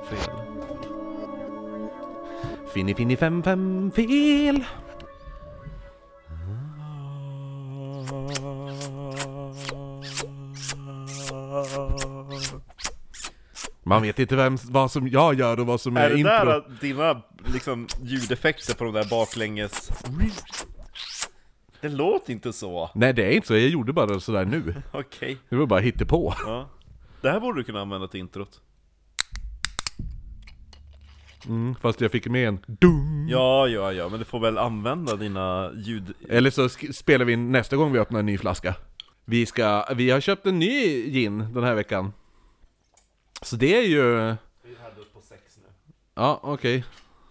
fel. Finni 5 fel. Man vet inte vad som jag gör och vad som är intro. Är det där dina liksom ljudeffekter på de där baklänges? Det låter inte så. Nej, det är inte så. Jag gjorde bara sådär nu. Okej. Det var bara hittepå. Ja. Det här borde du kunna använda till introt. Fast jag fick med en dung. Ja, men du får väl använda dina ljud. Eller så spelar vi in nästa gång vi öppnar en ny flaska. Vi har köpt en ny gin den här veckan. Så det är ju... Vi hade upp på 6 nu. Ja, okej.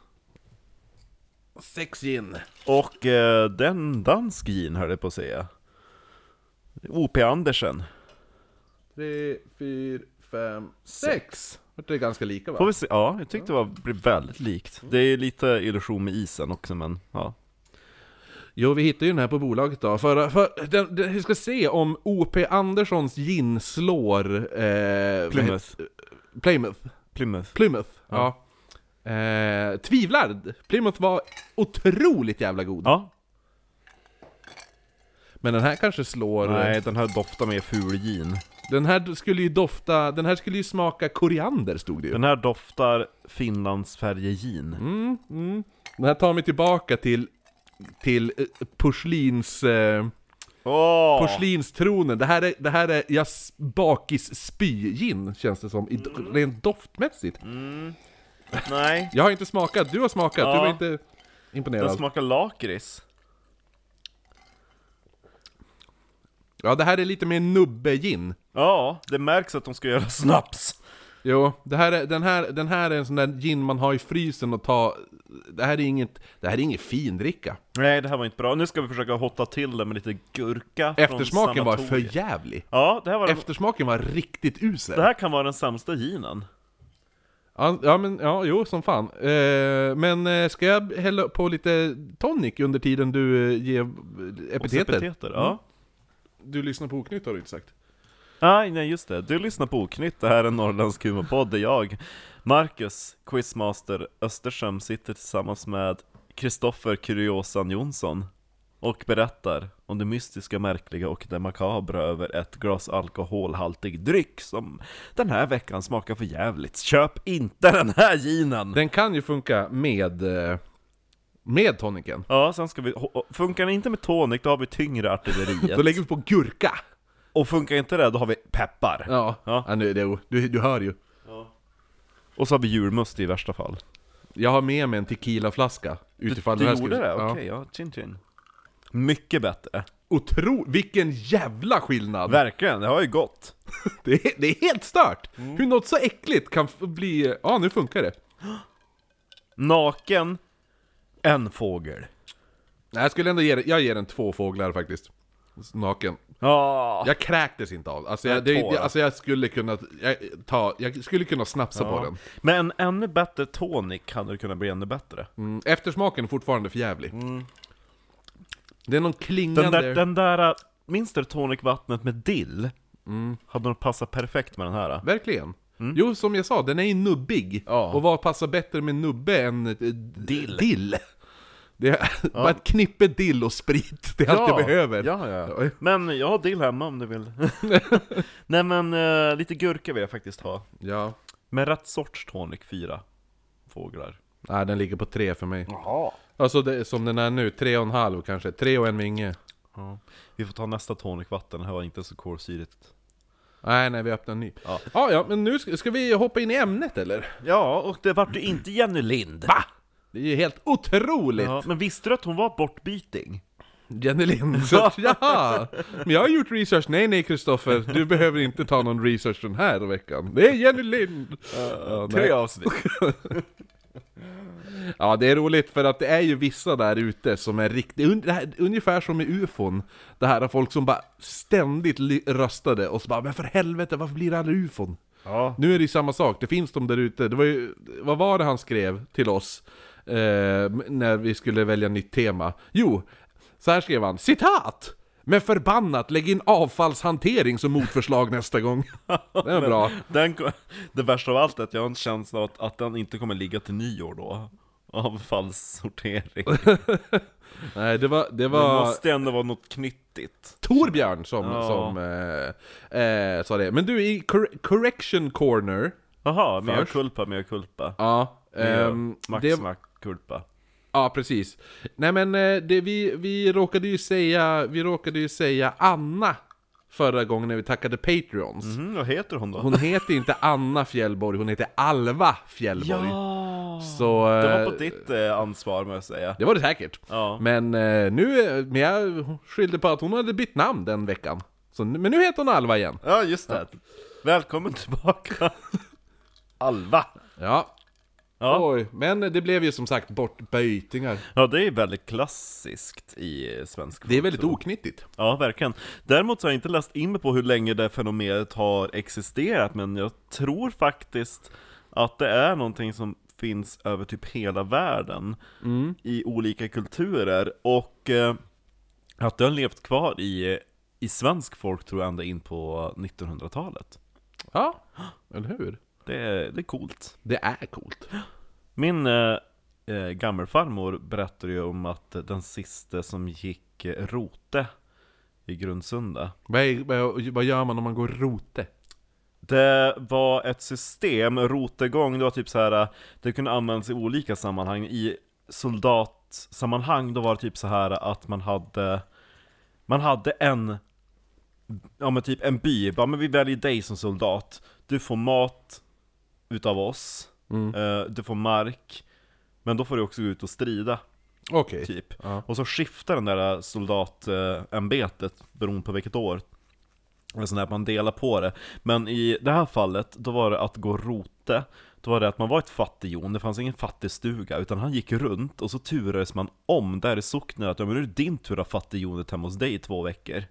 6 gin. Och den dansk gin hörde jag på att säga. O.P. Andersen. 3, 4, 5, 6. Det är ganska lika, va? Får vi se. Ja, jag tyckte det blev väldigt likt. Det är lite illusion med isen också, men ja. Jo, vi hittade ju den här på bolaget då. Vi ska se om O.P. Anderssons gin slår... Plymouth. Ja. Tvivlar. Plymouth var otroligt jävla god. Ja. Men den här kanske slår... Nej, den här doftar mer fulgin. Den här skulle ju smaka koriander, stod det ju. Den här doftar Finlandsfärjegin. Den här tar mig tillbaka till porslinstronen. Det här är bakis spy-gin, känns det som, rent doftmässigt. Nej. Jag har inte smakat, du har smakat, Ja. du var inte imponerad. Den smakar lakrits. Ja, det här är lite mer nubbe-gin. Ja, det märks att de ska göra snaps. Jo, den här är en sån där gin man har i frysen och ta. Det här är inget findricka. Nej, det här var inte bra. Nu ska vi försöka hotta till det med lite gurka. Eftersmaken var för jävlig. Ja, det här var Eftersmaken var riktigt usel. Det här kan vara den sämsta ginen. Jo, som fan. Men ska jag hälla på lite tonic under tiden du ger epiteter? Ja. Du lyssnar på Oknytt, har du inte sagt. Nej, just det. Du lyssnar på Oknytt. Det här är en norrländsk humorpodd där jag, Marcus, quizmaster Östersöm, sitter tillsammans med Kristoffer Kuriosan Jonsson och berättar om det mystiska, märkliga och det makabra över ett glas alkoholhaltig dryck som den här veckan smakar för jävligt. Köp inte den här ginen! Den kan ju funka med toniken. Ja, sen ska vi... Funkar den inte med tonic, då har vi tyngre artilleriet. Då lägger vi på gurka. Och funkar inte det, då har vi peppar. Ja nu, du hör ju. Ja. Och så har vi julmust i värsta fall. Jag har med mig en tequilaflaska. Du gjorde det? Okej, ja. Chin. Mycket bättre. Vilken jävla skillnad. Verkligen, det har ju gått. det är helt stört. Hur något så äckligt kan bli... Ja, nu funkar det. Naken, en fågel. Nej, jag skulle ändå ge den 2 fåglar faktiskt. Naken. Ja. Jag kräktes inte av. Jag skulle kunna snapsa på den. Men en ännu bättre tonic hade det kunnat bli ännu bättre. Eftersmaken är fortfarande för jävlig. Det är någon klingande... Den där minns du tonicvattnet med dill? Hade nog passat perfekt med den här. Verkligen. Jo, som jag sa, den är ju nubbig. Ja. Och vad passar bättre med nubbe än dill? Det är bara ett knippe dill och sprit. Det är allt jag behöver. Ja. Men jag har dill hemma om du vill. Nej, men lite gurka vill jag faktiskt ha. Ja. Med rätt sorts tonic, 4 fåglar. Nej, den ligger på 3 för mig. Jaha. Alltså det, som den är nu, 3,5 kanske. 3 och en vinge. Ja. Vi får ta nästa tonicvatten, det här var inte så kolsyrigt. Nej, vi öppnar en ny. Ja, men nu ska vi hoppa in i ämnet, eller? Ja, och det vart ju inte Jenny Lind. Va? Det är ju helt otroligt! Ja, men visste du att hon var bortbyting? Jenny Lind, ja! Men jag har gjort research. Nej, Kristoffer, du behöver inte ta någon research den här veckan. Det är Jenny Lind! 3 avsnitt. Ja, det är roligt för att det är ju vissa där ute som är riktigt... Ungefär som med UFOn. Det här är folk som bara ständigt röstade och så bara, men för helvete, varför blir det aldrig UFOn? Ja. Nu är det ju samma sak, det finns de där ute. Det var ju, vad var det han skrev till oss när vi skulle välja nytt tema? Jo, så här skrev han, citat! Men förbannat, lägg in avfallshantering som motförslag nästa gång. Det är bra. Det värsta av allt är att jag har en känsla av att den inte kommer ligga till nyår då. Avfallssortering. Nej, det Det var måste ändå vara något knyttigt. Torbjörn som sa det. Men du, i correction corner. Jaha, mea Först. culpa. Ja, Max culpa. ja, precis. Nej, men vi råkade ju säga Anna förra gången när vi tackade Patreons. Vad heter hon då? Hon heter inte Anna Fjällborg, hon heter Alva Fjällborg. Ja, Så, det var på ditt ansvar med att säga. det var det säkert. Ja. Men men jag skyllde på att hon hade bytt namn den veckan. Så, men nu heter hon Alva igen. Ja, just det. Välkommen tillbaka. Alva. Ja. Ja. Oj, men det blev ju som sagt bortböjtingar. Ja, det är väldigt klassiskt i svensk Det är väldigt folktro. oknyttigt. Ja, verkligen. Däremot så har jag inte läst in mig på hur länge det fenomenet har existerat, men jag tror faktiskt att det är någonting som finns över typ hela världen i olika kulturer, och att det har levt kvar i svensk folk tror jag ända in på 1900-talet. Ja, eller hur? Det är coolt. Det är coolt. Min gammelfarmor berättade ju om att den sista som gick rote i Grundsunda. Vad gör man om man går rote? Det var ett system, rotegång, det var typ så här, det kunde användas i olika sammanhang. I soldatsammanhang då var det typ så här att man hade typ en by, bara, men vi väljer dig som soldat. Du får mat utav oss, du får mark, men då får du också gå ut och strida. Okej. Typ. Ja. Och så skiftar den där soldatämbetet beroende på vilket år. Så när man delar på det. Men i det här fallet, då var det att gå rote. Då var det att man var ett fattighjon, det fanns ingen fattigstuga, utan han gick runt och så turades man om där i socknen att, ja, men nu är det din tur att fattighjonet hemma hos dig i 2 veckor.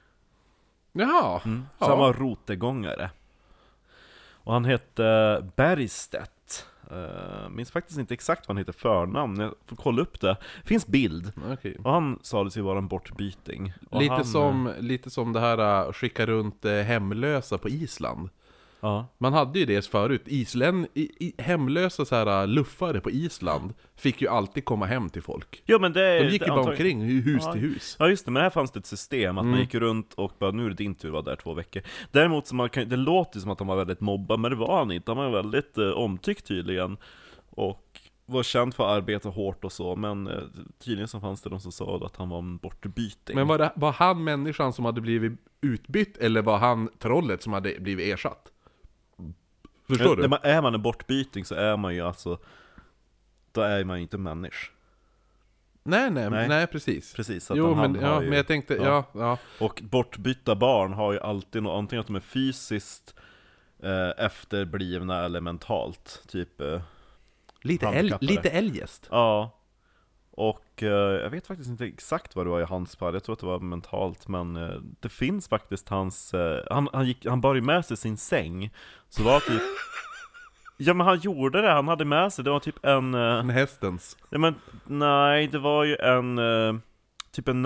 Jaha. Så han var rotegångare. Och han hette Bergstedt. Minns faktiskt inte exakt vad han heter förnamn. Jag får kolla upp det. Finns bild. Okej. Och han sa det sig vara en bortbyting. Och Lite som det här skicka runt hemlösa på Island. Ja. Man hade ju det förut. Hemlösa så här luffare på Island fick ju alltid komma hem till folk. Jo, men det, De gick ju bara omkring hus Ja. till hus. Ja, just det, men här fanns det ett system att man gick runt och bara, nu är det din tur att vara där 2 veckor. Däremot så det låter som att han var väldigt mobbad, men det var han inte. Han var väldigt omtyckt tydligen. Och var känd för att arbeta hårt och så. Men tydligen så fanns det de som sa att han var en bortbyting. Men var han människan som hade blivit utbytt, eller var han trollet som hade blivit ersatt? Förstår du? Är man en bortbyting så är man ju alltså, då är man ju inte människ. Nej, precis. Precis, att Jo, han men, har ju, men jag tänkte, ja. Och bortbytta barn har ju alltid något, antingen att de är fysiskt efterblivna eller mentalt, typ Lite eljest. Ja. Och jag vet faktiskt inte exakt vad det var i hans fall. Jag tror att det var mentalt, men det finns faktiskt hans han bar ju med sig sin säng. Så var typ ja, men han gjorde det, han hade med sig, det var typ en hästens. ja, men nej, det var ju en typ en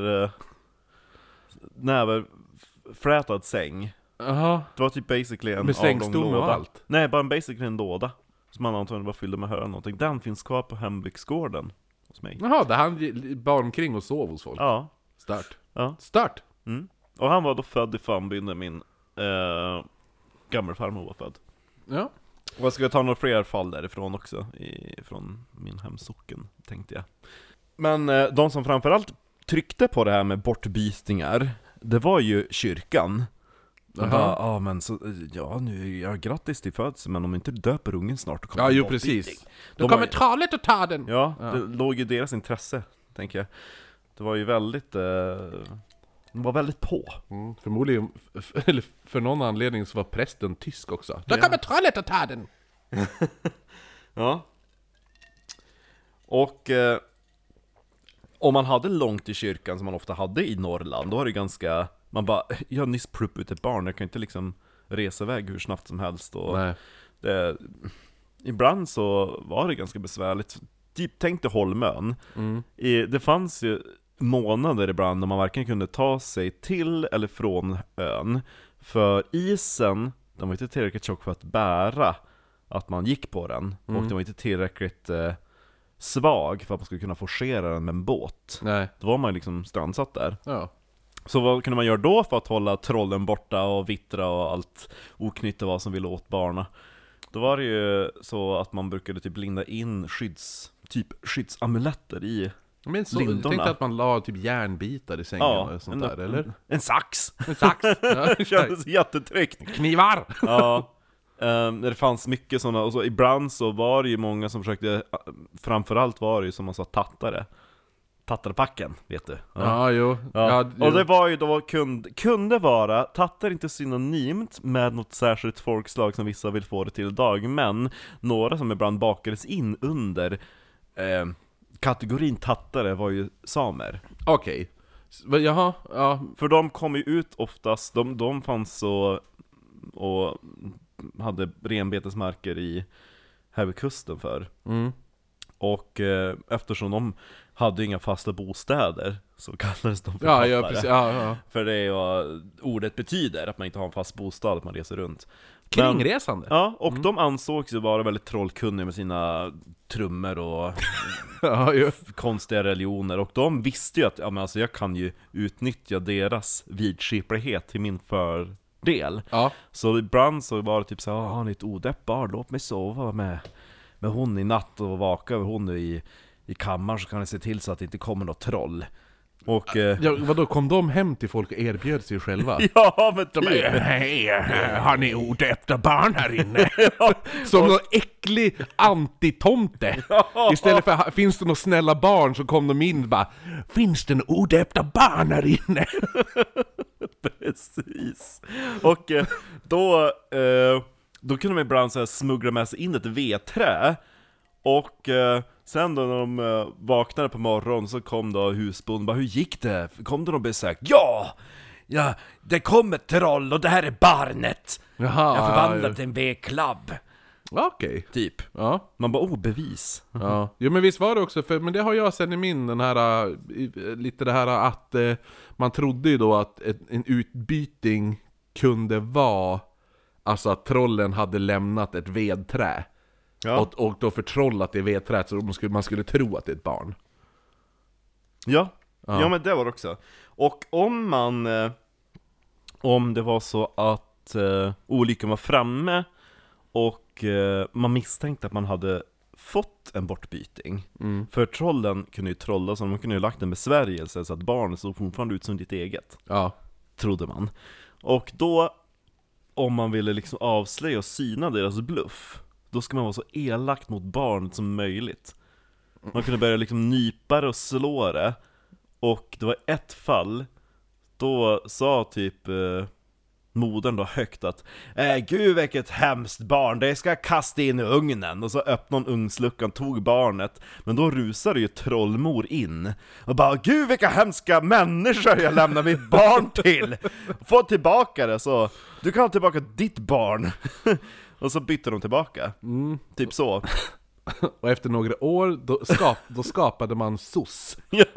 näverfrätad säng. Jaha. Det var typ basically en Med sängstomme och allt? Nej, bara basically en låda som man antagligen bara fyllde med hö eller någonting. Den finns kvar på hembygdsgården hos mig. Jaha, där han bar omkring och sov hos folk. Ja. Start. Ja. Start. Och han var då född i Famby när min gammelfarmor var född. Ja. Och jag ska ta några fler fall därifrån också, från min hemsocken, tänkte jag. Men de som framförallt tryckte på det här med bortbytingar, det var ju kyrkan. Ja, men så, ja, nu, ja, grattis till födseln, men om inte du döper ungen snart, då kommer Ja, en jo, bortbyting. precis. Då kommer tralet att ta den. Ja, det låg ju deras intresse, tänker jag. Det var ju väldigt, de var väldigt på. Förmodligen, eller för någon anledning så var prästen tysk också. Då kommer tralet att ta den. Ja. Och om man hade långt till kyrkan, som man ofta hade i Norrland, då var det ganska, man bara, jag har nyss pluppat ut ett barn, jag kan inte liksom resa iväg hur snabbt som helst. Och Nej. Ibland så var det ganska besvärligt. Typ, tänk dig Holmön. Det fanns ju månader ibland när man varken kunde ta sig till eller från ön. För isen, den var inte tillräckligt tjock för att bära att man gick på den. Och den var inte tillräckligt svag för att man skulle kunna forcera den med en båt. Nej. Då var man liksom strandsatt där. Ja. Så vad kunde man göra då för att hålla trollen borta och vittra och allt oknytt vad som ville åt barna? Då var det ju så att man brukade typ linda in skyddsamuletter i Men så, lindorna. jag tänkte att man la typ järnbitar i sängen eller sånt där, eller? En sax! En sax! Ja, Det kändes jättetryckt. knivar! Ja, det fanns mycket sådana, och så ibland så var det ju många som försökte, framförallt var det ju som man sa tattarpacken, vet du. Ja, jo. Ja. Ja, Och det var ju då kunde vara, tattar inte synonymt med något särskilt folkslag som vissa vill få det till idag, men några som ibland bakades in under kategorin tattare var ju samer. Okej. Jaha, ja. För de kom ju ut oftast, de fanns så och hade renbetesmarker här vid kusten för. Och eftersom de hade inga fasta bostäder så kallades de för tattare. Ja, precis. Ja. För det är vad ordet betyder, att man inte har en fast bostad, att man reser runt. Kringresande. Ja, och de ansågs ju vara väldigt trollkunniga med sina trummor och Ja, ju. konstiga religioner. Och de visste ju att ja, men alltså, jag kan ju utnyttja deras vidskeplighet till min fördel. Ja. Så ibland så var det typ så här, har ni ett odepp barn, låt mig sova med hon i natt och vaka över hon i kammaren, så kan ni se till så att det inte kommer något troll. Och Ja, vadå, kom de hem till folk och erbjöd sig själva? ja, men De typ. hej, har ni odöpta barn här inne? Som någon äcklig antitomte. Istället för, finns det några snälla barn, så kom de in och bara, finns det några odöpta barn här inne? Precis. Och då kunde man ibland så här smuggla med sig in ett vedträ. Och sen då när de vaknade på morgonen så kom då husbonden, bara, hur gick det? Kom det någon besök? Ja, det kom ett troll och det här är barnet. Jaha, Jag förvandlade till en vedklabb. Okej. Typ. Ja. Man bara, bevis. Ja. Jo, men visst var det också, men det har jag sen i min, den här, lite det här att man trodde ju då att en utbyting kunde vara, alltså att trollen hade lämnat ett vedträ. Ja. Och då förtrollat det vedträet, så man skulle tro att det är ett barn. Ja, men det var det också. Och om det var så att olyckan var framme och man misstänkte att man hade fått en bortbyting. För trollen kunde ju trolla, så de kunde ju lagt en besvärjelse så att barnet såg fortfarande ut som ditt eget. Ja. Trodde man. Och då, om man ville liksom avslöja och syna deras bluff, då ska man vara så elakt mot barnet som möjligt. Man kunde börja liksom nypa det och slå det. Och det var ett fall, då sa typ modern då högt att gud vilket hemskt barn, det ska kasta in i ugnen. Och så öppnade hon ugnsluckan, tog barnet. Men då rusade ju trollmor in och bara, gud vilka hemska människor jag lämnar mitt barn till. Få tillbaka det, så du kan ha tillbaka ditt barn. Och så bytte de tillbaka. Typ så. Och efter några år då skapade man SOS.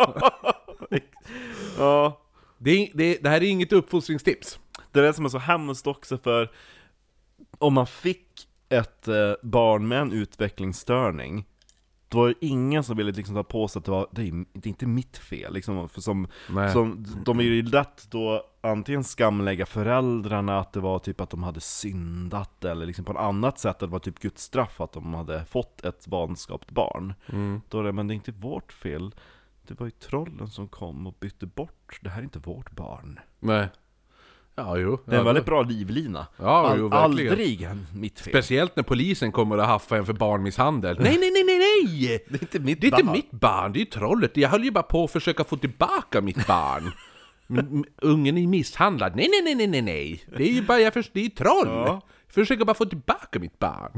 Ja. Det här är inget uppfostringstips. Det är det som är så hemskt också, för om man fick ett barn med en utvecklingsstörning, då var det ingen som ville liksom ta på sig att det är inte mitt fel liksom, för som de är ju lätt då antingen skamlägga föräldrarna, att det var typ att de hade syndat, eller liksom på ett annat sätt att det var typ Guds straff att de hade fått ett vanskapt barn. Då är det, men det är inte vårt fel, det var ju trollen som kom och bytte bort, det här är inte vårt barn. Nej. Ja, jo. Det är en väldigt bra livlina. Ja, jo, verkligen. Aldrig mitt fel. Speciellt när polisen kommer att haffa en för barnmisshandel. Nej! Det är inte mitt Det är barn. inte mitt barn, det är trollet. Jag höll ju bara på att försöka få tillbaka mitt barn. Ungen är misshandlad. Nej. Det är ju bara, det är ju troll. Ja. Jag försöker bara få tillbaka mitt barn.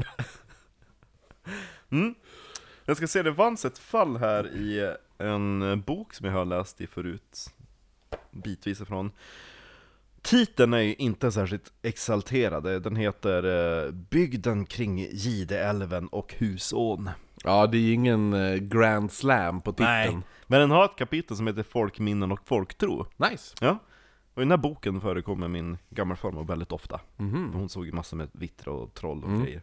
Jag ska se, det fanns ett fall här i en bok som jag har läst i förut, bitvis ifrån. Titeln är ju inte särskilt exalterad. Den heter Bygden kring Gideälven och Husån. Ja, det är ingen Grand Slam på titeln. Nej, men den har ett kapitel som heter Folkminnen och folktro. Nice. Ja. Och i den här boken förekommer min gammelfarmor väldigt ofta. Hon såg ju massor med vittra och troll och grejer.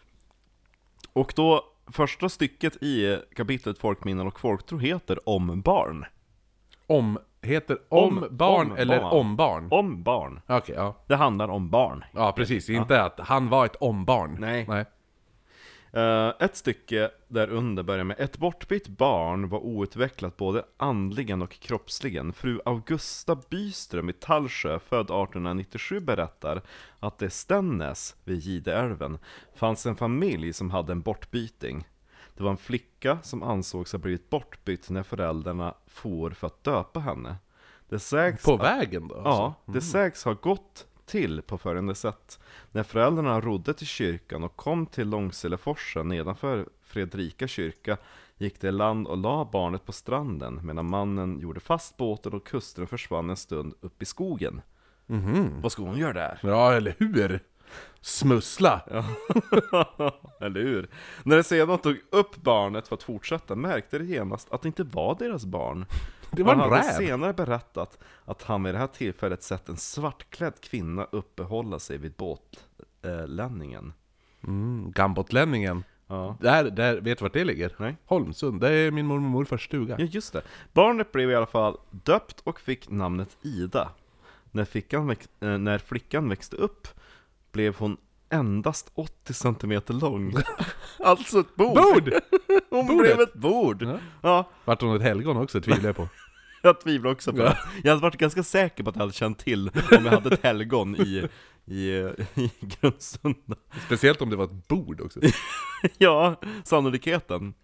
Och då, första stycket i kapitlet Folkminnen och folktro heter Om barn. Heter om barn eller barn. om barn? Om barn. Okej, ja. Det handlar om barn. Ja, precis. Inte att han var ett ombarn. Nej. Ett stycke där under börjar med: ett bortbytt barn var outvecklat både andligen och kroppsligen. Fru Augusta Byström i Tallsjö, född 1897, berättar att det Stämnäs vid Gideälven fanns en familj som hade en bortbyting. Det var en flicka som ansågs ha blivit bortbytt när föräldrarna for för att döpa henne. Det sägs På vägen då? Ja, det sägs ha gått till på följande sätt. När föräldrarna rodde till kyrkan och kom till Långseleforsen nedanför Fredrika kyrka, gick det i land och la barnet på stranden, medan mannen gjorde fast båten och hustrun försvann en stund upp i skogen. Vad ska hon göra där? Ja, eller hur? Smussla! Ja. Eller hur? När de sedan tog upp barnet för att fortsätta märkte det genast att det inte var deras barn. Det var en han hade räv. senare berättat att han vid det här tillfället sett en svartklädd kvinna uppehålla sig vid båtlänningen. Gambotlänningen. Ja. Där, vet du vart det ligger? Nej. Holmsund, det är min mormor och morfars stuga. Ja, just det. Barnet blev i alla fall döpt och fick namnet Ida. När flickan växte upp blev hon endast 80 centimeter lång. Alltså ett bord! Hon Bordet. blev ett bord! Ja. Ja, Vart hon ett helgon också, tvivlar jag på. jag tvivlar också på Ja. det. Jag hade varit ganska säker på att jag hade känt till om jag hade ett helgon i Grundsunda. Speciellt om det var ett bord också. Ja, sannolikheten.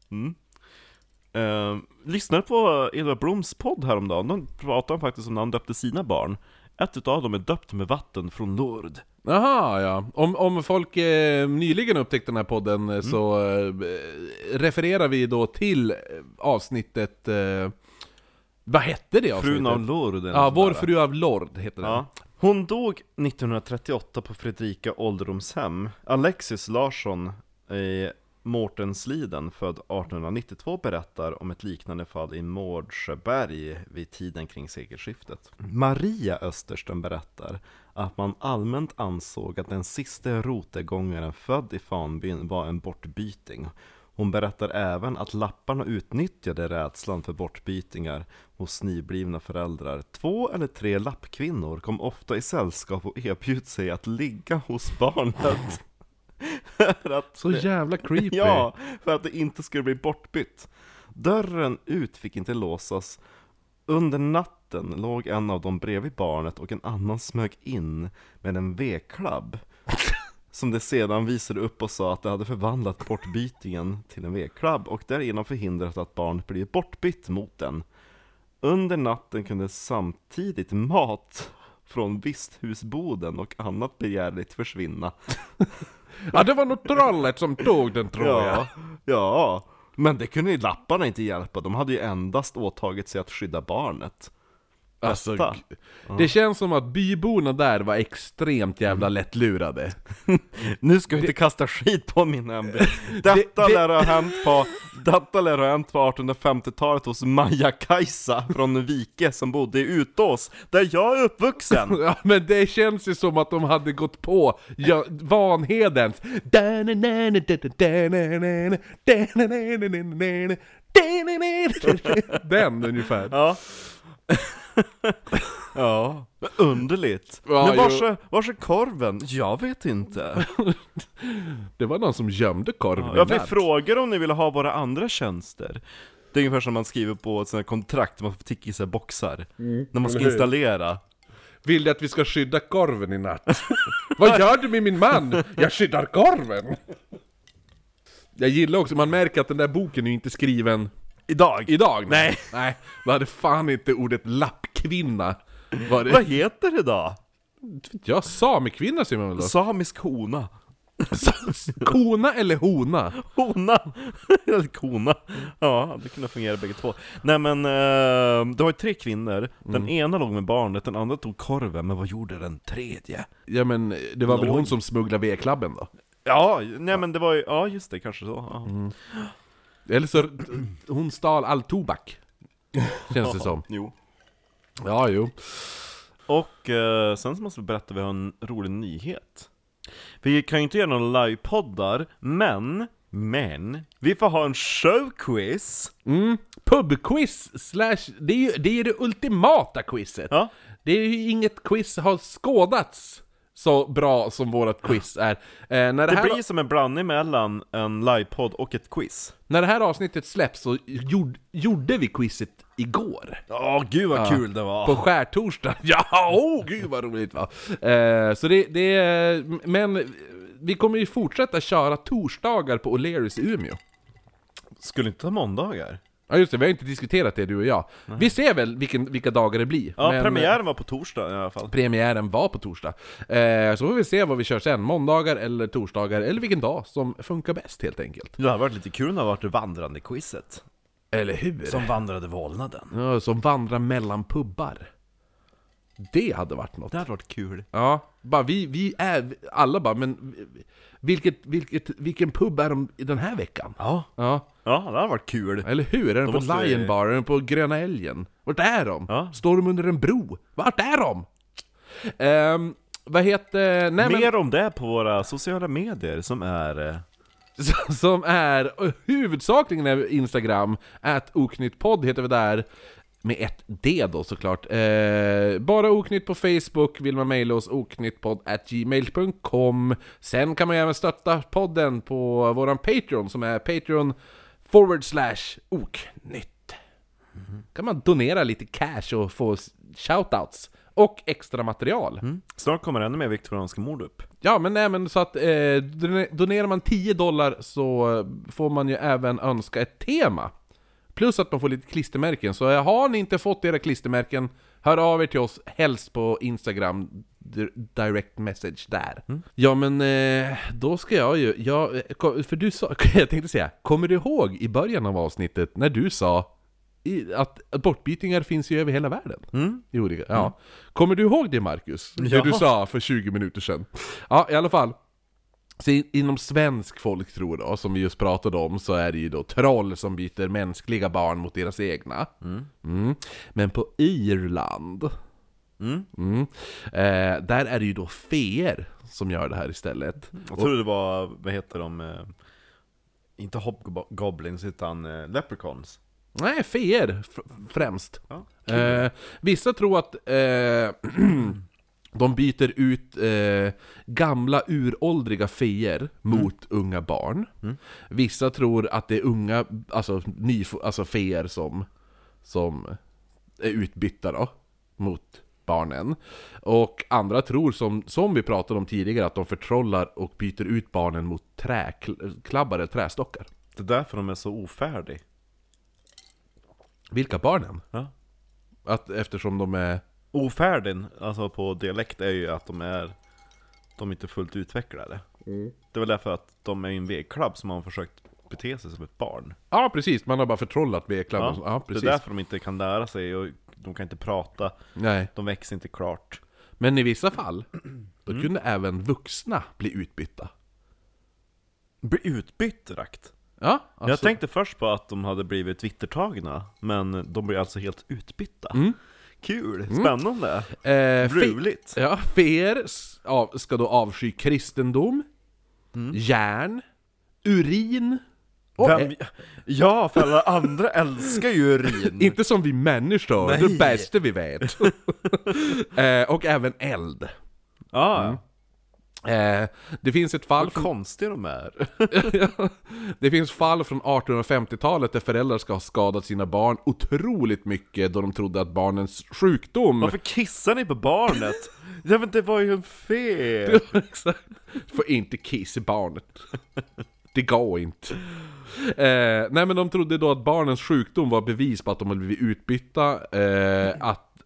Lyssnade på Edvard Bloms podd häromdagen. De pratade faktiskt om när han döpte sina barn. Ett utav dem är döpt med vatten från Lourdes. Jaha, ja. Om folk nyligen upptäckte den här podden så refererar vi då till avsnittet... vad hette det avsnittet? Frun av Lourdes. Ja, Vår fru av Lord heter den. Ja. Hon dog 1938 på Fredrika ålderdomshem. Alexis Larsson i Mårtensliden, född 1892, berättar om ett liknande fall i Mårdsjöberg vid tiden kring sekelskiftet. Maria Österström berättar att man allmänt ansåg att den sista rotegångaren född i Fanbyn var en bortbyting. Hon berättar även att lapparna utnyttjade rädslan för bortbytingar hos nyblivna föräldrar. 2 eller 3 lappkvinnor kom ofta i sällskap och erbjöd sig att ligga hos barnet. Så jävla creepy. Ja, för att det inte skulle bli bortbytt. Dörren ut fick inte låsas. Under natten låg en av dem bredvid barnet och en annan smög in med en vedklabb. Som det sedan visade upp och sa att det hade förvandlat bortbytingen till en vedklabb och därigenom förhindrat att barnet blev bortbytt mot den. Under natten kunde samtidigt mat från visthusboden och annat begärligt försvinna. Ja, det var nog trollet som tog den, tror jag. Ja, men det kunde ju lapparna inte hjälpa. De hade ju endast åtagit sig att skydda barnet. Alltså, det känns som att byborna där var extremt jävla lättlurade. Nu ska vi inte kasta skit på min hemby. Detta lär ha hänt på 1850-talet hos Maja-Kajsa från Vike som bodde i Utås, där jag är uppvuxen. Ja, men det känns ju som att de hade gått på Vanhedens den ungefär. Ja. Ja, underligt. Ja, men vars är korven? Jag vet inte. Det var någon som gömde korven. Jag fick frågor om ni ville ha våra andra tjänster. Det är ungefär som man skriver på ett sånt här kontrakt, man får ticka i sig boxar när man ska installera. Vill du att vi ska skydda korven i natt? Vad gör du med min man? Jag skyddar korven. Jag gillar också, man märker att den där boken är ju inte skriven Idag? Nej. Då hade fan inte ordet lappkvinna. Vad heter det då? Jag samekvinna säger man väl då? Samisk hona. Kona eller hona? Hona! Eller kona. Ja, det kunde fungera bägge två. Nej men, det var ju 3 kvinnor. Den ena låg med barnet, den andra tog korven. Men vad gjorde den tredje? Ja men, det var väl hon som smugglade V-klabben då? Ja, nej men det var ju, ja just det, kanske så. Ja. Eller så, hon stal all tobak. Känns det som. Jo. Ja, jo. Och sen så måste vi berätta, vi har en rolig nyhet. Vi kan ju inte göra några livepoddar, men vi får ha en showquiz. Pubquiz / det är ju det ultimata quizet. Ja. Det är ju inget quiz har skådats så bra som vårat quiz är. När Det blir som en blandning mellan en livepodd och ett quiz. När det här avsnittet släpps så gjorde vi quizet igår. Gud vad kul det var. På skärtorsdag. Ja, gud vad roligt va. Så men vi kommer ju fortsätta köra torsdagar på O'Learys i Umeå. Skulle inte ha måndagar? Ja just det, vi har inte diskuterat det du och jag. Vi ser väl vilka dagar det blir. Ja, men premiären var på torsdag i alla fall. Premiären var på torsdag. Så får vi se vad vi kör sen. Måndagar eller torsdagar, eller vilken dag som funkar bäst helt enkelt. Det har varit lite kul när det varit det vandrande quizet. Eller hur? Som vandrade vålnaden. Ja, som vandrar mellan pubbar. Det hade varit något. Det hade varit kul. Ja, bara vi är alla bara, men vilken pub är de i den här veckan? Ja, det hade varit kul. Eller hur? Är de på Lion Bar? Är de på Gröna Älgen? Vart är de? Ja. Står de under en bro? Vart är de? Vad heter... Mer om det på våra sociala medier som är... Som är huvudsakligen är Instagram, @oknyttpodd heter vi där. Med ett D då såklart. Bara Oknytt på Facebook. Vill man mejla oss oknyttpodd@gmail.com. Sen kan man ju även stötta podden på våran Patreon som är Patreon/oknytt. Kan man donera lite cash och få shoutouts och extra material. Snart kommer ännu mer viktorianska mord upp. Ja, men så att donerar man $10 så får man ju även önska ett tema. Plus att man får lite klistermärken. Så har ni inte fått era klistermärken, hör av er till oss, helst på Instagram, direct message där. Ja, men då ska jag ju... för du sa, jag tänkte säga, kommer du ihåg i början av avsnittet när du sa att bortbytingar finns ju över hela världen? Ja. Kommer du ihåg det, Marcus? Det du sa för 20 minuter sedan. Ja, i alla fall. Så inom svensk folktro då, som vi just pratade om, så är det ju då troll som byter mänskliga barn mot deras egna. Men på Irland där är det ju då feer som gör det här istället. Jag tror det var, vad heter de? Inte hobgoblins utan leprechauns. Nej, feer främst. Ja, vissa tror att de byter ut gamla uråldriga feer mot unga barn. Vissa tror att det är unga, alltså feer som är utbytta då, mot barnen. Och andra tror, som vi pratade om tidigare, att de förtrollar och byter ut barnen mot träklabbar eller trästockar. Det är därför de är så ofärdiga. Vilka barnen? Ja. Eftersom de är... Ofärden, alltså på dialekt, är ju att de är inte fullt utvecklade. Det är väl därför att de är en V-klabb som har försökt bete sig som ett barn. Ja, precis. Man har bara förtrollat V-klabben. Ja, precis. Det är därför de inte kan lära sig och de kan inte prata. Nej. De växer inte klart. Men i vissa fall då kunde även vuxna bli utbytta. Bli utbytt rakt? Ja, alltså... Jag tänkte först på att de hade blivit vittertagna, men de blir alltså helt utbytta. Kul, spännande, roligt. Ja, feer ska då avsky kristendom, järn, urin och ja, för alla andra älskar ju urin. inte som vi människor, Nej. det bästa vi vet. Och även eld. Det finns ett fall... Vad konstiga de är. Det finns fall från 1850-talet där föräldrar ska ha skadat sina barn otroligt mycket då de trodde att barnens sjukdom... Varför kissar ni på barnet? Jag vet inte, det var ju en fel. Exakt. Får inte kissa barnet. Det går inte. Nej, men de trodde då att barnens sjukdom var bevis på att de hade blivit utbytta.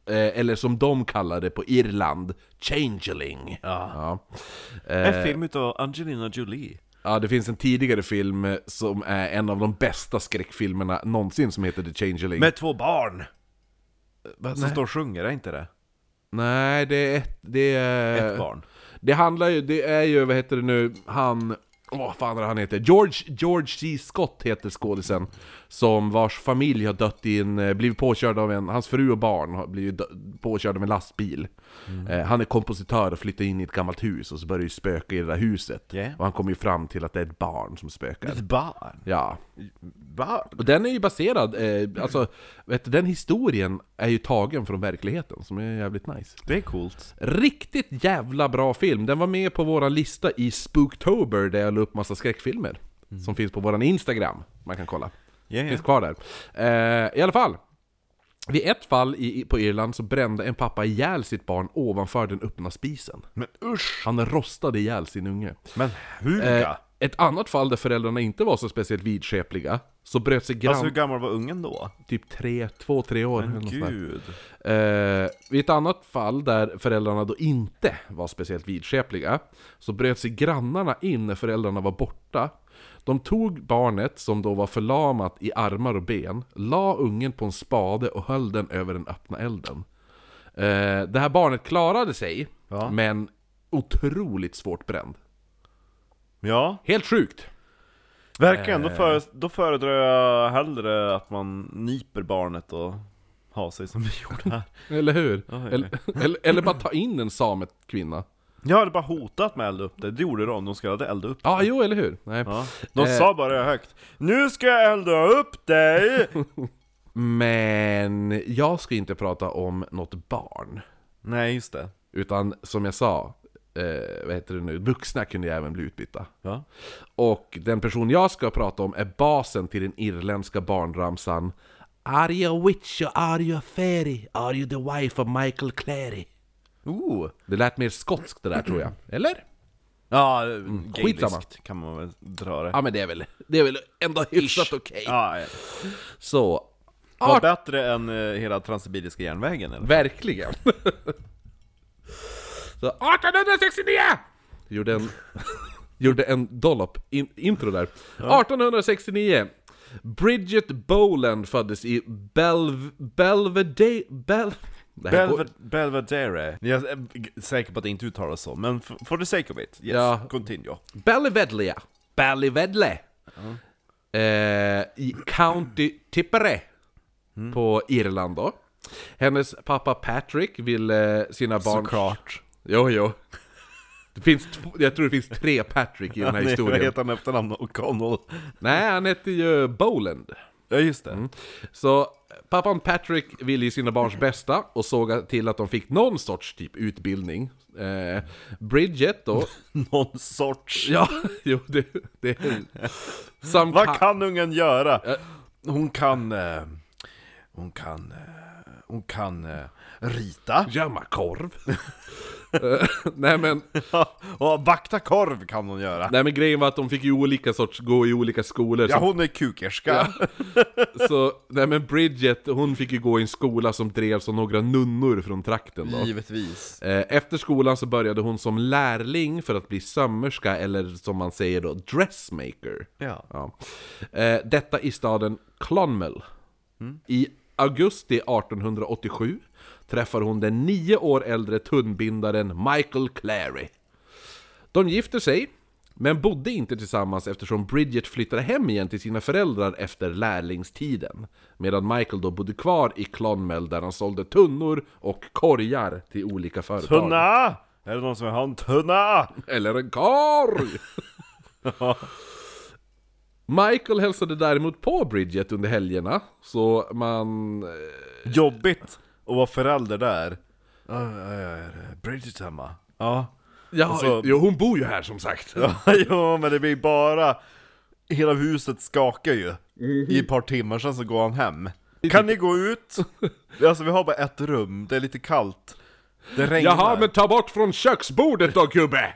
eller som de kallar det på Irland, Changeling. Ja. En film utav Angelina Jolie. Ja, det finns en tidigare film som är en av de bästa skräckfilmerna någonsin som heter The Changeling. Med 2 barn! Som står och sjunger, är inte det? Nej, det är... Ett barn. Det är ju, vad heter det nu, vad fan är det han heter? George C. Scott heter skådisen, som vars familj har dött blivit påkörd av hans fru och barn har blivit påkörd av en lastbil. Han är kompositör och flyttar in i ett gammalt hus och så börjar ju spöka i det där huset. Och han kommer ju fram till att det är ett barn som spökar. Ett barn? Ja. Barn? Och den är ju baserad, alltså, den historien är ju tagen från verkligheten, som är jävligt nice. Det är coolt. Riktigt jävla bra film. Den var med på våran lista i Spooktober, där jag la upp massa skräckfilmer. Som finns på våran Instagram, man kan kolla. Finns kvar där. I alla fall, vid ett fall på Irland så brände en pappa ihjäl sitt barn ovanför den öppna spisen. Men usch! Han rostade ihjäl sin unge. Men hur? Ett annat fall där föräldrarna inte var så speciellt vidskepliga, så bröt sig Alltså hur gammal var ungen då? Typ 2-3 år. Men gud. Vid ett annat fall där föräldrarna då inte var speciellt vidskepliga, så bröt sig grannarna in när föräldrarna var borta. De tog barnet, som då var förlamat i armar och ben, la ungen på en spade och höll den över den öppna elden. Det här barnet klarade sig, men otroligt svårt bränd. Ja. Helt sjukt. Verkligen, då föredrar jag hellre att man niper barnet och har sig som vi gjorde här. Eller hur? Eller bara ta in en samekvinna. Jag hade bara hotat med att elda upp det. Det gjorde de ska elda upp det. Ja, jo, eller hur? Nej. Ja. De sa bara högt: nu ska jag elda upp dig! Men jag ska inte prata om något barn. Nej, just det. Utan som jag sa, vad heter det nu? Vuxna kunde ju även bli utbytta. Ja. Och den person jag ska prata om är basen till den irländska barnramsan: Are you a witch or are you a fairy? Are you the wife of Michael Clary? Det lät mer skotskt det där, tror jag. Eller? Ja, skitsamma. gaeliskt kan man väl dra det. Ja, men det är väl ändå hyfsat okej. Ja, Så var bättre än hela Transsibiriska järnvägen, eller? Verkligen. Så 1869! Gjorde en dollop intro där. 1869. Bridget Boland föddes i Belvedere. Belvedere. Jag är säker på att det inte uttalas så, men for the sake of it, yes, continue. Ballyvedle. I County Tipperary på Irland då. Hennes pappa Patrick ville sina barn... Såklart. Jo. Jag tror det finns 3 Patrick i den här historien. Heter han efternamn O'Connell? Nej, han heter ju Boland. Ja, just det. Så pappan Patrick ville ju sina barns bästa och såg till att de fick någon sorts typ utbildning. Bridget då. Någon sorts? Ja, jo, det är... Vad kan ungen göra? Hon kan rita. Gömma korv. Nej men... och vakta korv kan hon göra. Nej men grejen var att de fick ju gå i olika skolor. Ja, hon är kukerska. Ja. Så, nej men Bridget, hon fick ju gå i en skola som drevs av några nunnor från trakten då. Givetvis. Efter skolan så började hon som lärling för att bli sömmerska, eller som man säger då, dressmaker. Ja. Detta i staden Clonmel. I augusti 1887 träffar hon den 9 år äldre tunnbindaren Michael Clary. De gifter sig, men bodde inte tillsammans eftersom Bridget flyttade hem igen till sina föräldrar efter lärlingstiden. Medan Michael då bodde kvar i Clonmel där han sålde tunnor och korgar till olika företag. Tunna! Är det någon som vill ha en tunna? Eller en korg! Michael hälsade däremot på Bridget under helgerna, så man... Jobbigt att vara förälder där. Bridget hemma. Ja, alltså... jo, hon bor ju här som sagt. Ja, men det blir bara... Hela huset skakar ju. I ett par timmar sedan så går han hem. Kan ni gå ut? Alltså vi har bara ett rum, det är lite kallt. Det regnar. Jaha, men ta bort från köksbordet då, gubbe!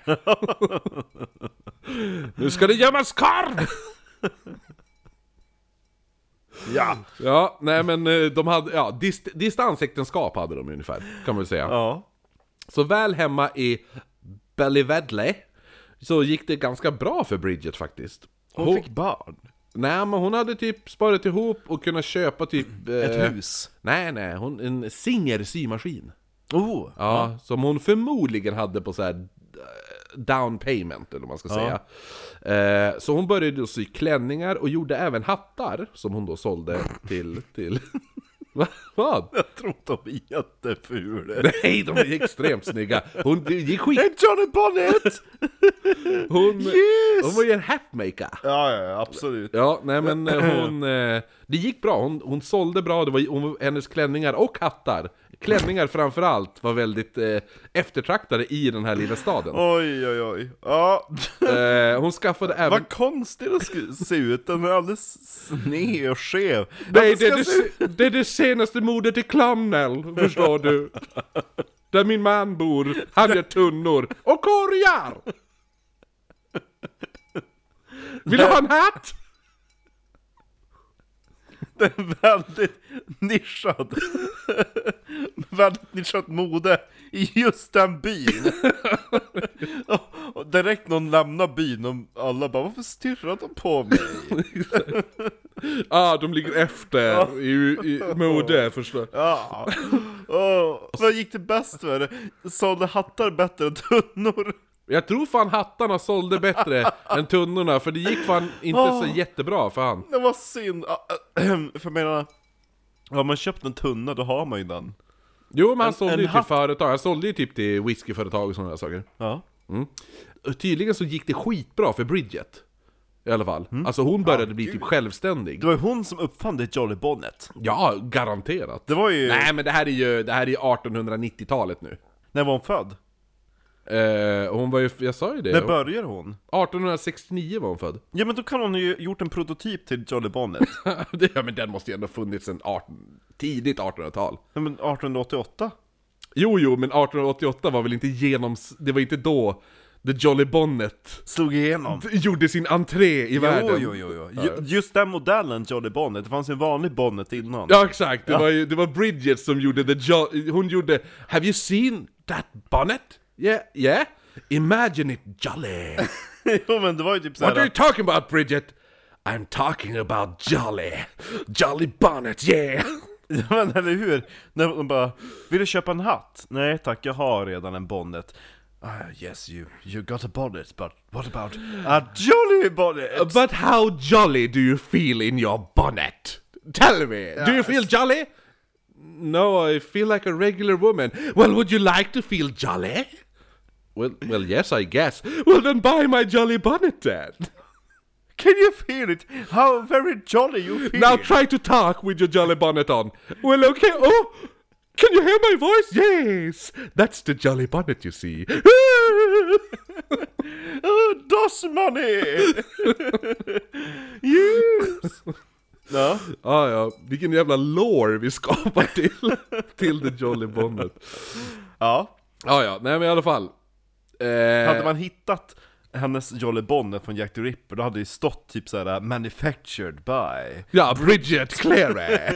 Nu ska det gömmas korv! Ja. Ja, nej men de hade, ja, distansäktenskap hade de ungefär, kan man väl säga. Ja. Så väl hemma i Ballyvedley så gick det ganska bra för Bridget faktiskt. Hon fick barn. Nej, men hon hade typ sparat ihop och kunnat köpa typ... Ett hus. Nej, en Singer symaskin. Oh. Ja, som hon förmodligen hade på så här down payment, eller vad man ska säga. Så hon började då sy klänningar och gjorde även hattar som hon då sålde till... Vad? Jag tror de är jättefula. Nej, de är extremt snygga. Hon gick skit... En Johnny Bonnet! Hon Yes! var ju en hatmaker. Ja, absolut. Ja, nej men det gick bra, hon sålde bra, det var hennes klänningar och hattar. Klänningar framförallt var väldigt eftertraktade i den här lilla staden. Oj. Ja. Hon skaffade även... Vad konstigt det skulle se ut, den är alldeles sned och skev. Nej, det är det senaste modet i Clownnell, förstår du. Där min man bor, han gör tunnor och korgar. Vill du ha en hatt? Det är väldigt nischad. Väldigt nischad mode i just den byn. Och direkt någon lämnar byn och alla bara, varför stirrar de på mig? De ligger efter i mode, förstår. Ja. Vad gick det bäst för? Sålde hattar bättre än tunnor? Jag tror fan hattarna sålde bättre än tunnorna, för det gick fan inte så jättebra för han. Det var synd. För jag menar, har man köpt en tunna, då har man ju den. Jo, men han sålde ju till hatt... företag. Han sålde ju typ till whiskyföretag och sådana där saker. Ja. Tydligen så gick det skitbra för Bridget. I alla fall. Alltså hon började bli typ självständig. Det var ju hon som uppfann det Jolly Bonnet. Ja, garanterat. Det var ju... Nej, men det här är ju 1890-talet nu. När var hon född? Hon var ju, jag sa ju det. När började hon? 1869 var hon född. Ja, men då kan hon ju gjort en prototyp till Jolly Bonnet. Ja, men den måste ju ändå funnits sen tidigt 1800-tal. Ja, men 1888? Jo, men 1888 var väl inte det var inte då The Jolly Bonnet slog igenom. Gjorde sin entré i världen. Jo. Just den modellen Jolly Bonnet, det fanns en vanlig Bonnet innan. Ja, exakt. Det var Bridget som gjorde hon gjorde, have you seen that bonnet? Yeah. Imagine it jolly. Jo, men det var ju typ såhär... What are you talking about, Bridget? I'm talking about jolly. Jolly bonnet, yeah. Men eller hur? När de bara, vill du köpa en hatt? Nej tack, jag har redan en bonnet. Yes, you got a bonnet, but what about a jolly bonnet? But how jolly do you feel in your bonnet? Tell me, yes. Do you feel jolly? No, I feel like a regular woman. Well, would you like to feel jolly? Well, yes, I guess. Well, then buy my jolly bonnet then. Can you feel it? How very jolly you feel. Now try to talk with your jolly bonnet on. Well, okay. Oh, can you hear my voice? Yes, that's the jolly bonnet, you see. Doss money. Yes. Ja. Ja, vilken jävla lore vi skapar till the jolly bonnet. Ja, nej men i alla fall. Hade man hittat hennes Jolly Bonnet från Jack the Ripper, då hade det stått typ såhär manufactured by... Ja, Bridget Clary.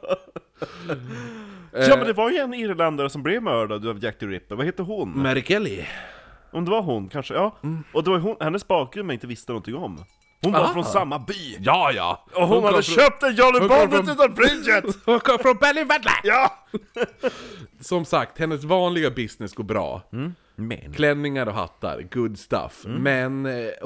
Ja, men det var ju en irländare som blev mördad av Jack the Ripper. Vad heter hon? Mary Kelly. Om det var hon, kanske, ja. Och det var ju hennes bakgrund man inte visste någonting om. Hon var från samma by. Ja. Och hon hade köpt en Jolly Bonnet utan Bridget. Hon kom från Ballyvedley. Ja. Som sagt, hennes vanliga business går bra. Men. Klänningar och hattar, good stuff. Men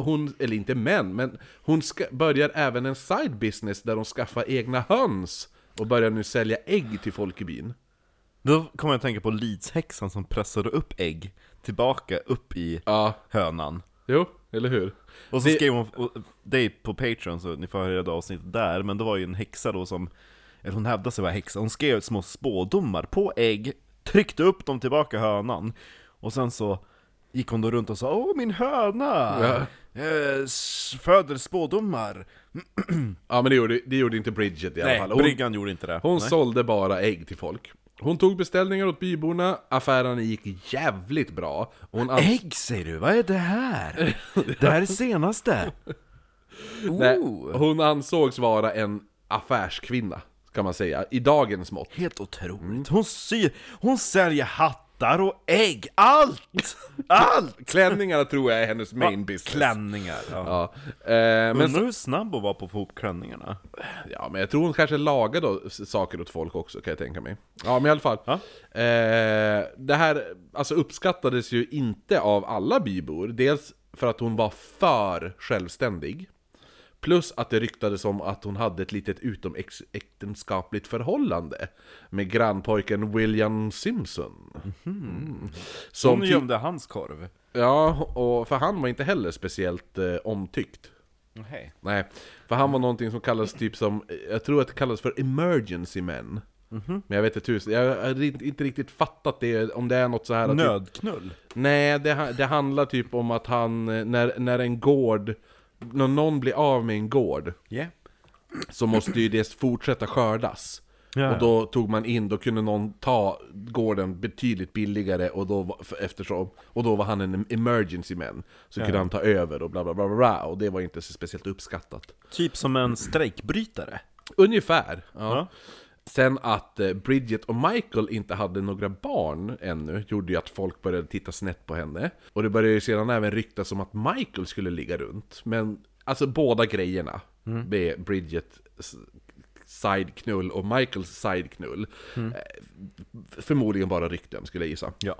hon börjar även en side business där hon skaffar egna höns och börjar nu sälja ägg till folk i byn. Då kommer jag att tänka på Leeds-häxan som pressade upp ägg tillbaka upp i hönan. Jo, eller hur? Och så skrev hon, det är på Patreon så ni får höra det avsnittet där, men det var ju en häxa då som, eller hon hävdade sig vara häxa, hon skrev små spådomar på ägg, tryckte upp dem tillbaka hönan, och sen så gick hon då runt och sa, åh min höna föder spådomar. Ja, men det gjorde inte Bridget i alla fall. Briggan gjorde inte det. Hon sålde bara ägg till folk. Hon tog beställningar åt byborna, affärerna gick jävligt bra. Ägg säger du, vad är det här? Det här är senaste. Nej, hon ansågs vara en affärskvinna, kan man säga, i dagens mått. Helt otroligt. Hon säljer hattar och ägg. Allt! Klänningarna tror jag är hennes main business. Klänningar. Ja. Men Undrar hur snabb hon var på att få ihop klänningarna. ja, men jag tror hon kanske lagar då saker åt folk också, kan jag tänka mig. Ja, men i alla fall. Ja. Det här alltså uppskattades ju inte av alla bybor. Dels för att hon var för självständig. Plus att det ryktades om att hon hade ett litet utomäktenskapligt förhållande med grannpojken William Simpson. Hon gömde hans korv. Ja, och för han var inte heller speciellt omtyckt. Hej. Nej, för han var någonting som kallas typ som, jag tror att det kallas för emergency men. Men jag vet inte tusen, jag har inte riktigt fattat det, om det är något så här att Nödknull? Typ, nej, det handlar typ om att han, när en gård, när någon blir av med en gård, så måste ju det fortsätta skördas. Ja. Och då tog man in, då kunde någon ta gården betydligt billigare, och då, och då var han en emergency man, så kunde han ta över och bla bla bla bla, och det var inte så speciellt uppskattat. Typ som en strejkbrytare. Ungefär, ja. Ja. Sen att Bridget och Michael inte hade några barn ännu gjorde ju att folk började titta snett på henne. Och det började ju sedan även ryktas om att Michael skulle ligga runt. Men alltså båda grejerna med Bridget sideknull och Michaels sideknull, förmodligen bara rykten, skulle jag gissa. Ja.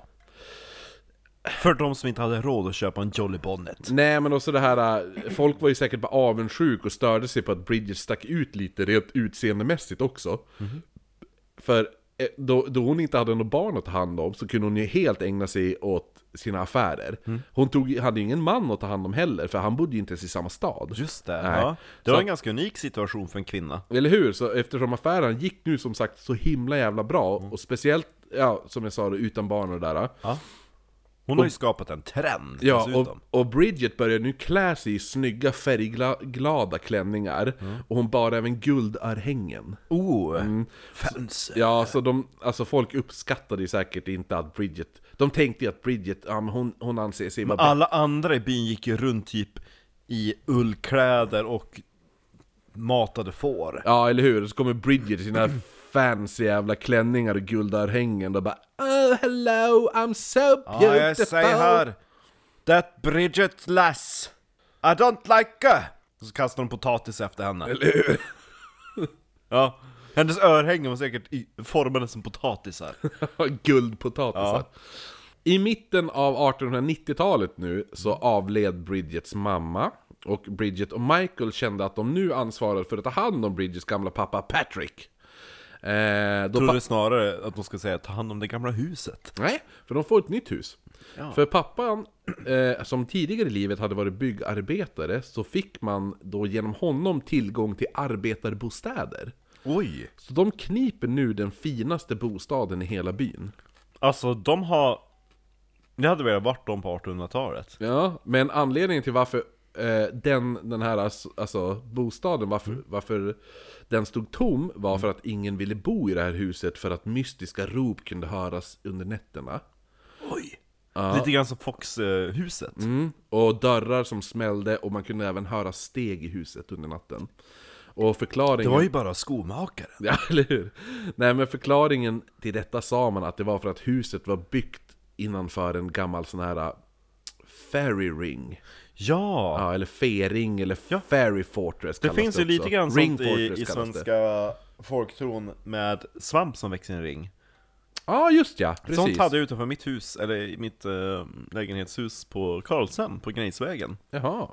För de som inte hade råd att köpa en Jolly Bonnet. Nej, men också det här, folk var ju säkert bara avundsjuk och störde sig på att Bridget stack ut lite rent utseendemässigt också. För då hon inte hade något barn att ta hand om, så kunde hon ju helt ägna sig åt sina affärer. Hon hade ingen man att ta hand om heller, för han bodde ju inte ens i samma stad. Just det, Nej. ja. Det var en ganska unik situation för en kvinna. Eller hur? Så eftersom affären gick nu som sagt så himla jävla bra, och speciellt, ja, som jag sa, utan barn och det där. Ja. Hon har ju skapat en trend. Ja, och Bridget börjar nu klä sig i snygga färgglada klänningar, och hon bar även guldörhängen. Fancy. Ja, så folk uppskattade ju säkert inte att Bridget, de tänkte ju att Bridget, ja, men hon anser sig vara alla andra i byn gick ju runt typ i ullkläder och matade får. Ja, eller hur? Så kommer Bridget i sina fancy jävla klänningar och guldörhängen och bara, oh hello, I'm so beautiful. Ja, jag säger här, that Bridget lass, I don't like her. Och så kastar de potatis efter henne. Eller hur? Ja, hennes örhängen var säkert formade som potatisar. Guldpotatisar. Ja. I mitten av 1890-talet nu så avled Bridgets mamma, och Bridget och Michael kände att de nu ansvarade för att ta hand om Bridgets gamla pappa Patrick. Tror du snarare att de ska säga ta hand om det gamla huset? Nej, för de får ett nytt hus. Ja. För pappan, som tidigare i livet hade varit byggarbetare, så fick man då genom honom tillgång till arbetarbostäder. Oj! Så de kniper nu den finaste bostaden i hela byn. Alltså de har... Det hade väl varit de på 1800-talet. Ja, men anledningen till varför den här alltså bostaden, varför den stod tom, var för att ingen ville bo i det här huset, för att mystiska rop kunde höras under nätterna. Oj! Ja. Lite grann som Fox-huset. Och dörrar som smällde, och man kunde även höra steg i huset under natten. Och förklaringen... Det var ju bara skomakare. Ja, eller hur? Nej, men förklaringen till detta sa man att det var för att huset var byggt innanför en gammal sån här fairy ring. Ja, eller fairing, eller fairy fortress. Det finns ju också lite grann ring sånt i svenska folktron med svamp som växer i en ring. Ja, just ja, precis. Sånt hade jag utanför mitt hus, eller mitt lägenhetshus på Karlshamn, på Gnejsvägen. Jaha.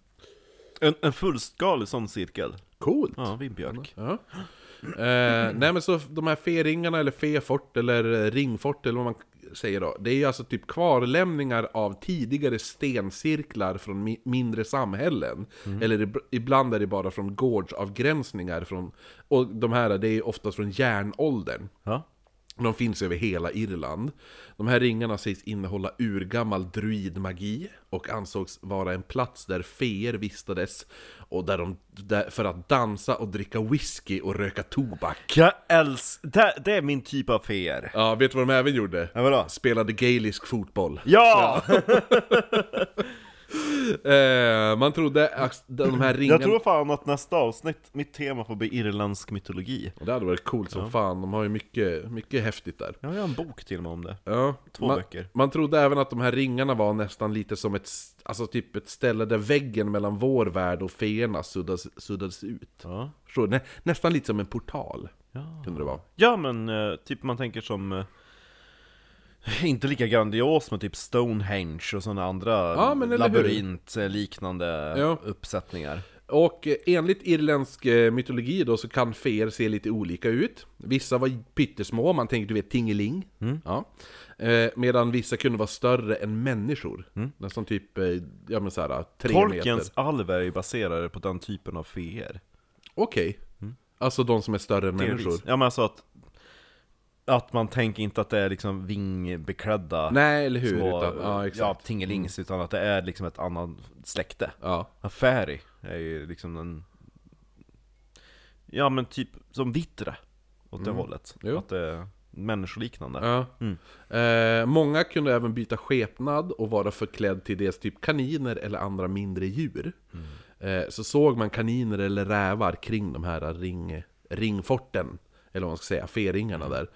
En fullskalig sån cirkel. Coolt. Ja, vindbjörk. Ja. Nej, men så de här feringarna, eller fefort, eller ringfort, eller vad man säger då, det är ju alltså typ kvarlämningar av tidigare stencirklar från mindre samhällen. Eller ibland är det bara från gårdsavgränsningar från, och de här, det är oftast från järnåldern. Ja. De finns över hela Irland. De här ringarna sägs innehålla urgammal druidmagi, och ansågs vara en plats där feer vistades, och där för att dansa och dricka whisky och röka tobak. Jag älskar, det är min typ av feer. Ja, vet du vad de även gjorde? Ja, vadå? Spelade gaelisk fotboll. Ja! Man trodde att de här ringarna... Jag tror fan att nästa avsnitt, mitt tema får bli irländsk mytologi. Det hade varit coolt som fan, de har ju mycket häftigt där. Jag har en bok till och med om det. Ja, 2 böcker. Man trodde även att de här ringarna var nästan lite som ett ställe där väggen mellan vår värld och feerna suddades ut. Ja. Så, nästan lite som en portal, kunde det vara. Ja men, typ man tänker som... inte lika grandios med typ Stonehenge och sådana andra labyrint-liknande uppsättningar. Och enligt irländsk mytologi då så kan feer se lite olika ut. Vissa var pyttesmå, man tänker du vet tingeling. Ja. Medan vissa kunde vara större än människor. Nästan typ, ja men såhär, 3 meter. Tolkiens alver är ju baserade på den typen av feer. Okej. Alltså de som är större än människor. Ja men alltså att man tänker inte att det är liksom vingbeklädda. Nej, eller hur? Små, tingelings, utan att det är liksom ett annat släkte. Ja. Fairy är ju liksom en... Ja men typ som vittre åt det hållet. Jo. Att det är människoliknande. Ja. Många kunde även byta skepnad och vara förklädd till dels typ kaniner eller andra mindre djur. Så såg man kaniner eller rävar kring de här ringforten, eller vad man ska säga, feringarna där.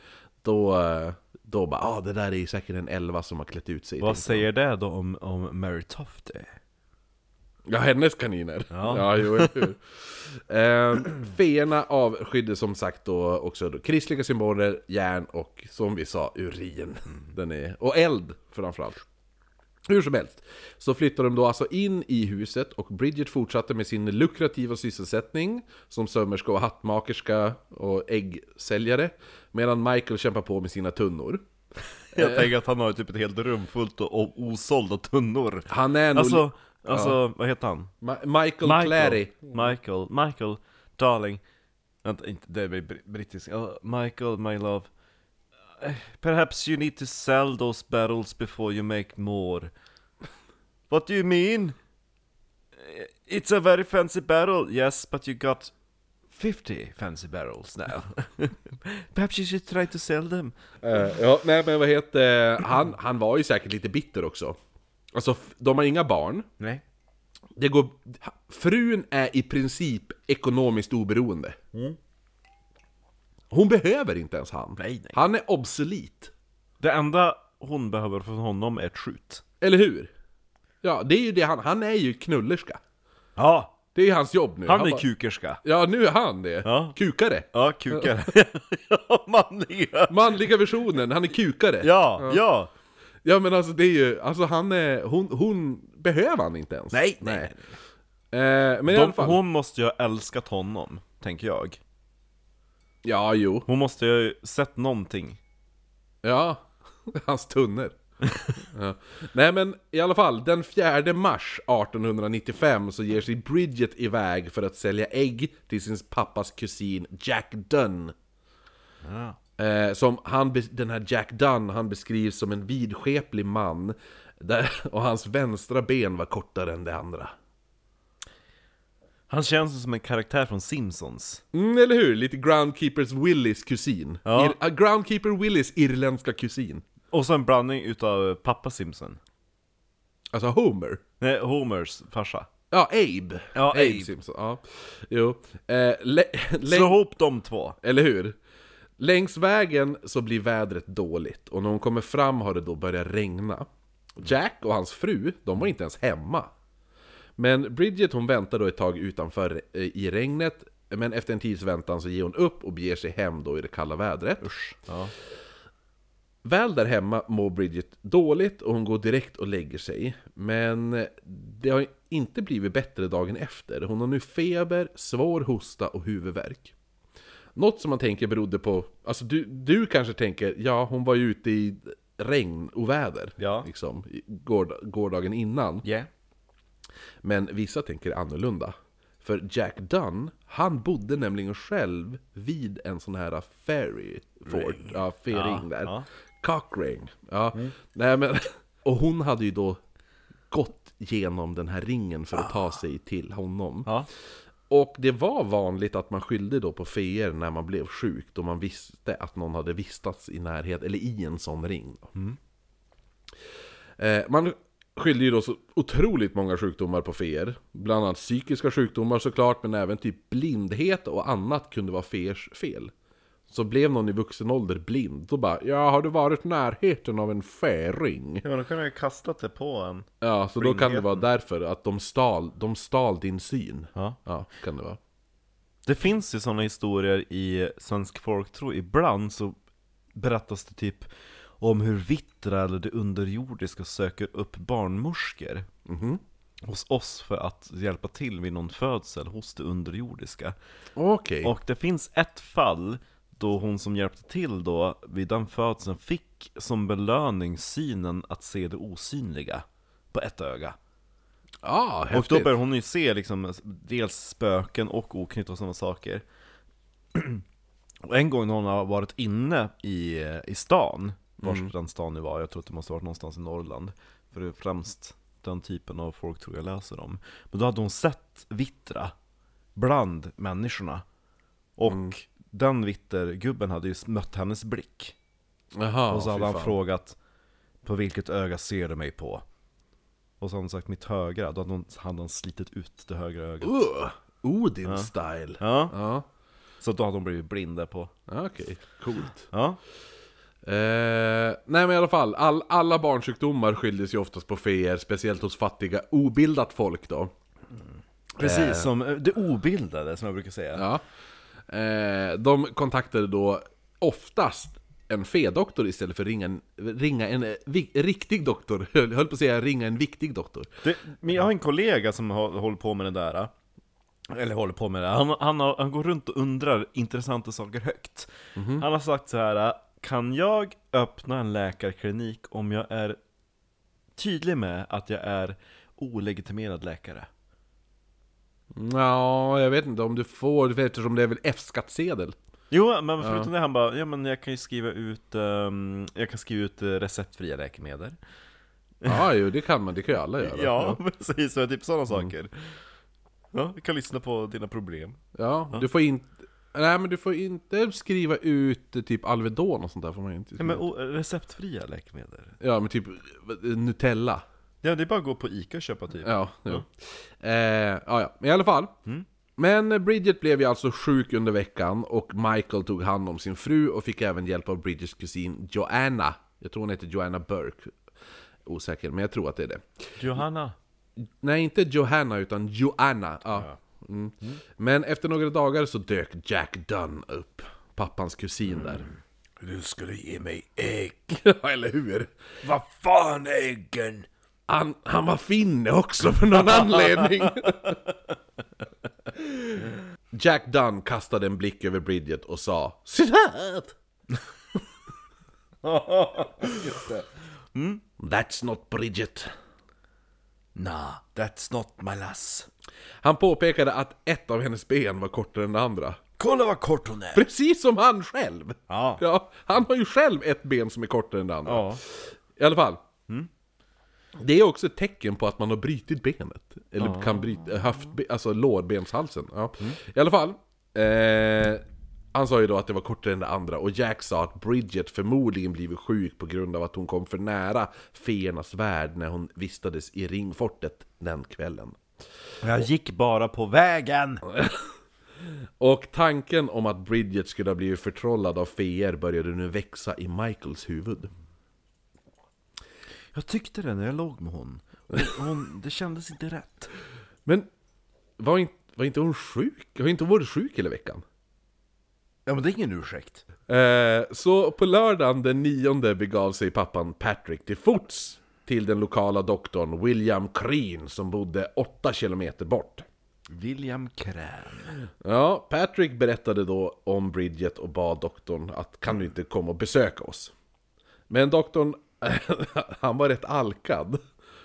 Då bara, det där är ju säkert en 11 som har klätt ut sig. Vad säger det då om Mary Tofte? Ja, hennes kaniner. Ja jo, hur. Feerna avskydde som sagt då också då kristliga symboler, järn och som vi sa, urin. Och eld framförallt. Hur som helst, så flyttade de då alltså in i huset och Bridget fortsatte med sin lukrativa sysselsättning som sömmerska och hattmakerska och äggsäljare, medan Michael kämpar på med sina tunnor. Jag tänker att han har typ ett helt rum fullt av osålda tunnor. Han är nog... Alltså, vad heter han? Michael Clary. Michael, darling. Vänta, inte, det är brittiskt. Michael, my love. Perhaps you need to sell those barrels before you make more. What do you mean? It's a very fancy barrel. Yes, but you got 50 fancy barrels now. Perhaps you should try to sell them. Nej men vad heter han var ju säkert lite bitter också. Alltså de har inga barn. Nej. Frun är i princip ekonomiskt oberoende. Hon behöver inte ens han. Nej. Han är obsolet. Det enda hon behöver från honom är ett skjut. Eller hur? Ja, det är ju det han är ju knullerska. Ja. Det är ju hans jobb nu. Han är kukerska. Ja, nu är han det. Ja. Kukare. Ja, kukare. Ja, manliga versionen, han är kukare. Ja. Ja, men alltså det är ju, alltså han är, hon behöver han inte ens. Nej. Men i alla fall. Hon måste ju ha älskat honom, tänker jag. Ja, jo. Hon måste ju ha sett någonting. Ja, hans tunnor. Ja. Nej men i alla fall, den 4 mars 1895 så ger sig Bridget iväg för att sälja ägg till sin pappas kusin Jack Dunn. Som den här Jack Dunn, han beskrivs som en vidskeplig man och hans vänstra ben var kortare än det andra. Han känns som en karaktär från Simpsons. Eller hur? Lite Groundkeepers Willis kusin. Groundkeeper Willis irländska kusin. Och så en blandning utav pappa Simpson. Alltså Homer. Nej, Homers farsa. Ja, Abe. Ja, Abe Simpson. Ja. Jo. Slå ihop de två. Eller hur? Längs vägen så blir vädret dåligt. Och när hon kommer fram har det då börjat regna. Jack och hans fru, de var inte ens hemma. Men Bridget hon väntar då ett tag utanför i regnet. Men efter en tids väntan så ger hon upp och beger sig hem då i det kalla vädret. Usch. Ja. Väl där hemma mår Bridget dåligt och hon går direkt och lägger sig. Men det har inte blivit bättre dagen efter. Hon har nu feber, svår hosta och huvudvärk. Något som man tänker berodde på... Alltså du kanske tänker, ja hon var ju ute i regn och väder. Ja. Liksom, gårdagen innan. Yeah. Men vissa tänker annorlunda. För Jack Dunn, han bodde nämligen själv vid en sån här ferry fort, fering där. Ja. Cockring. Ja. Nej, men, och hon hade ju då gått genom den här ringen för att ta sig till honom. Ja. Och det var vanligt att man skyllde då på feer när man blev sjuk, då man visste att någon hade vistats i närhet eller i en sån ring. skyllde ju då så otroligt många sjukdomar på feer. Bland annat psykiska sjukdomar såklart, men även typ blindhet och annat kunde vara feers fel. Så blev någon i vuxen ålder blind, då bara, ja, har du varit i närheten av en färing? Ja, då kunde jag kastat det på en. Ja, så då kan det vara därför att de stal din syn. Ja. Ja, kan det vara. Det finns ju sådana historier i svensk folktro. Ibland så berättas det typ om hur vittra eller det underjordiska söker upp barnmorskor hos oss för att hjälpa till vid någon födsel hos det underjordiska. Okej. Och det finns ett fall då hon som hjälpte till då vid den födseln fick som belöning synen att se det osynliga på ett öga. Ja, Och då börjar hon ju se liksom dels spöken och oknytt och sådana saker. Och en gång när hon har varit inne i stan, vars den stan nu var, jag tror att det måste ha varit någonstans i Norrland, för det är främst den typen av folk tror jag läser om. Men då hade hon sett vittra bland människorna. Och den vittergubben hade ju mött hennes blick. Jaha, och så hade han fan. frågat, på vilket öga ser du mig på? Och så hade hon sagt mitt högra. Då hade han slitit ut det högra ögat. Odin-style. Ja. Ja. Så då hade hon blivit blinda på. Okej, coolt. Ja. Nej men i alla fall, alla barnsjukdomar skyldes ju oftast på feer, speciellt hos fattiga, obildat folk då. Precis, som det obildade som jag brukar säga. Ja. De kontaktade då oftast en fedoktor istället för ringa en riktig doktor. Höll på att säga ringa en viktig doktor. Men jag har en kollega som håller på med det där. Eller håller på med det. Han går runt och undrar intressanta saker högt. Han har sagt så här: kan jag öppna en läkarklinik om jag är tydlig med att jag är olegitimerad läkare? Ja, jag vet inte om du får, eftersom det är väl F-skattsedel. Jo, men förutom det han bara, ja men jag kan ju skriva ut receptfria läkemedel. Ja, jo, det kan ju alla göra. Ja, precis, så typ sådana saker. Ja, vi kan lyssna på dina problem. Ja, du får inte. Nej, men du får inte skriva ut typ Alvedon och sånt där får man inte. Ja, men receptfria läkemedel. Ja, men typ Nutella. Ja, det är bara att gå på Ica och köpa typ. Ja, ja. Ja, men i alla fall. Men Bridget blev ju alltså sjuk under veckan och Michael tog hand om sin fru och fick även hjälp av Bridgets kusin Joanna. Jag tror hon heter Joanna Burke. Osäker, men jag tror att det är det. Johanna. Nej, inte Johanna utan Joanna. Ja. Men efter några dagar så dök Jack Dunn upp, pappans kusin där. Du skulle ge mig ägg. Ja, eller hur? Vad fan äggen? Han var finne också för någon anledning. Jack Dunn kastade en blick över Bridget och sa: "Sit här!" Just det. That's not Bridget. Nah, that's not my lass. Han påpekade att ett av hennes ben var kortare än det andra. Kolla vad kort hon är. Precis som han själv. Ja. Ja, han har ju själv ett ben som är kortare än det andra. Ja. I alla fall. Det är också ett tecken på att man har brytit benet. Eller kan bryta alltså lårbenshalsen. Ja. I alla fall. Han sa ju då att det var kortare än det andra. Och Jack sa att Bridget förmodligen blivit sjuk på grund av att hon kom för nära feernas värld när hon vistades i ringfortet den kvällen. Jag gick bara på vägen. Och tanken om att Bridget skulle ha blivit förtrollad av feer började nu växa i Michaels huvud. Jag tyckte det när jag låg med hon. Det kändes inte rätt. Men var inte hon sjuk? Har inte hon varit sjuk hela veckan? Ja, men det är ingen ursäkt. Så på lördagen den 9 begav sig pappan Patrick till fots till den lokala doktorn William Creen som bodde 8 kilometer bort. William Creen. Ja, Patrick berättade då om Bridget och bad doktorn att kan du inte komma och besöka oss. Men doktorn, han var rätt alkad.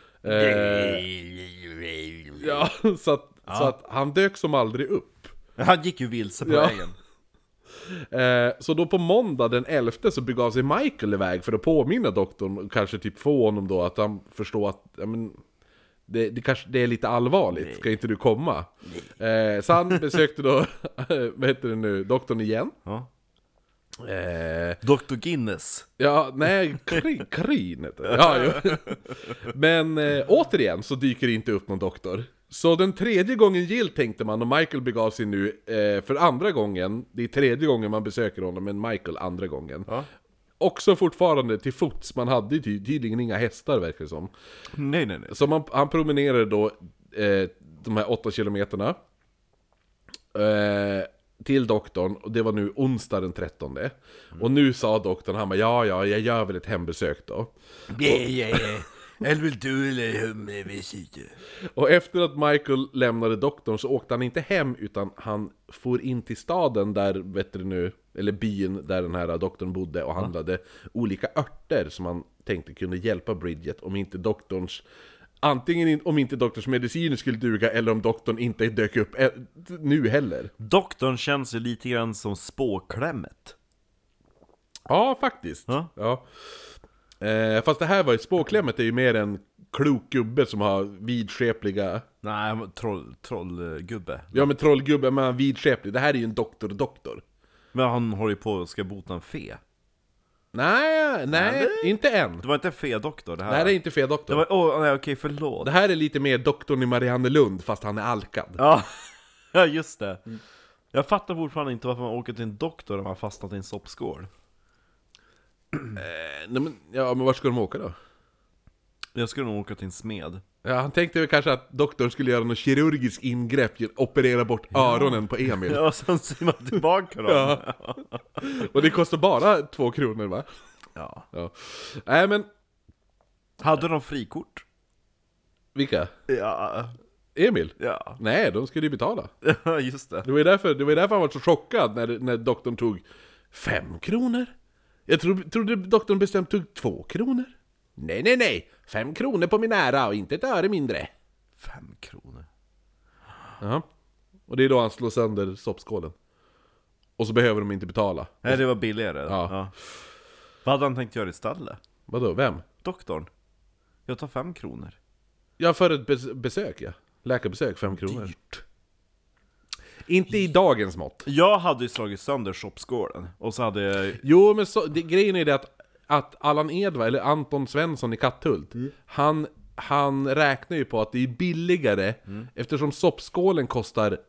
Ja, så att han dök som aldrig upp. Han gick ju vilse på vägen. Så då på måndag den 11 så begav sig Michael iväg för att påminna doktorn och kanske typ få honom då att han förstår att det kanske det är lite allvarligt. Nej. Ska inte du komma? Så han besökte då vad heter det nu, doktorn igen. Ja. Dr. Guinness. Ja, nej, Karin heter det. Ja, jo. Men återigen så dyker det inte upp någon doktor. Så den tredje gången Jill tänkte man, och Michael begav sig nu för andra gången. Det är tredje gången man besöker honom, men Michael andra gången. Ja. Också fortfarande till fots, man hade ju tydligen inga hästar verkar det som. Nej. Så han promenerade då de här 8 kilometerna till doktorn, och det var nu onsdag den 13. Och nu sa doktorn, han bara, ja, jag gör väl ett hembesök då. Eller vill du eller humlevisite? Och efter att Michael lämnade doktorn så åkte han inte hem, utan han for in till staden där, vet du nu, eller byn där den här doktorn bodde, och handlade olika örter som han tänkte kunde hjälpa Bridget om inte doktorns, antingen om inte doktorns mediciner skulle duga, eller om doktorn inte dök upp nu heller. Doktorn känns ju lite grann som spåklämmet. Ja, faktiskt. Ja. Fast det här var ju, spåklämmet är ju mer en klok gubbe som har vidskepliga... Nej, trollgubbe. Ja, men trollgubbe, men vidskeplig. Det här är ju en doktor. Men han håller ju på och ska bota en fe. Nej, inte än. Det var inte fe-doktor det här. Nej, det är inte fe-doktor. Det var, nej, okej, förlåt. Det här är lite mer doktorn i Mariannelund, fast han är alkad. Ja, just det. Jag fattar fortfarande inte varför man åker till en doktor om man fastnat i en soppskål. Nej, men vart ska de åka då? Jag skulle nog åka till en smed. Ja, han tänkte väl kanske att doktorn skulle göra något kirurgiskt ingrepp, operera bort öronen på Emil. Ja, sen ser man tillbaka då. Ja. Och det kostar bara 2 kronor, va? Ja. Nej, men... Hade de frikort? Vilka? Ja. Emil? Ja. Nej, de skulle ju betala. Ja, just det. Det var därför han var så chockad när doktorn tog 5 kronor. Jag trodde doktorn bestämt tog 2 kronor. Nej. 5 kronor på min ära och inte ett öre mindre. 5 kronor. Ja. Och det är då han slår sönder soppskålen. Och så behöver de inte betala. Nej, det var billigare. Ja. Vad hade han tänkt göra istället? Vadå, vem? Doktorn. Jag tar 5 kronor. Ja, för ett besök, ja. Läkarbesök, 5 kronor. Dyrt. Inte i dagens mått. Jag hade ju slagit sönder soppskålen. Och så hade jag... Jo, men grejen är det att Allan Edvard, eller Anton Svensson i Katthult, han räknar ju på att det är billigare, eftersom soppskålen kostar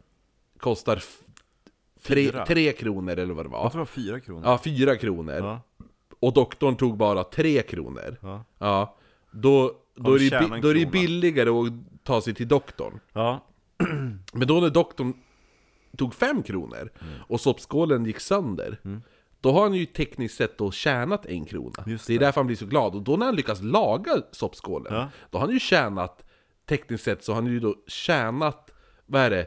3 kronor eller vad det var. Jag tror det var 4 kronor. Ja, 4 kronor. Ja. Och doktorn tog bara 3 kronor. Ja. Då är det billigare att ta sig till doktorn. Ja. Men då när doktorn tog 5 kronor och soppskålen gick sönder, då har han ju tekniskt sett då tjänat 1 krona. Det är därför han blir så glad. Och då när han lyckas laga soppskålen, då har han ju tjänat, tekniskt sett så har han ju då tjänat, vad är det?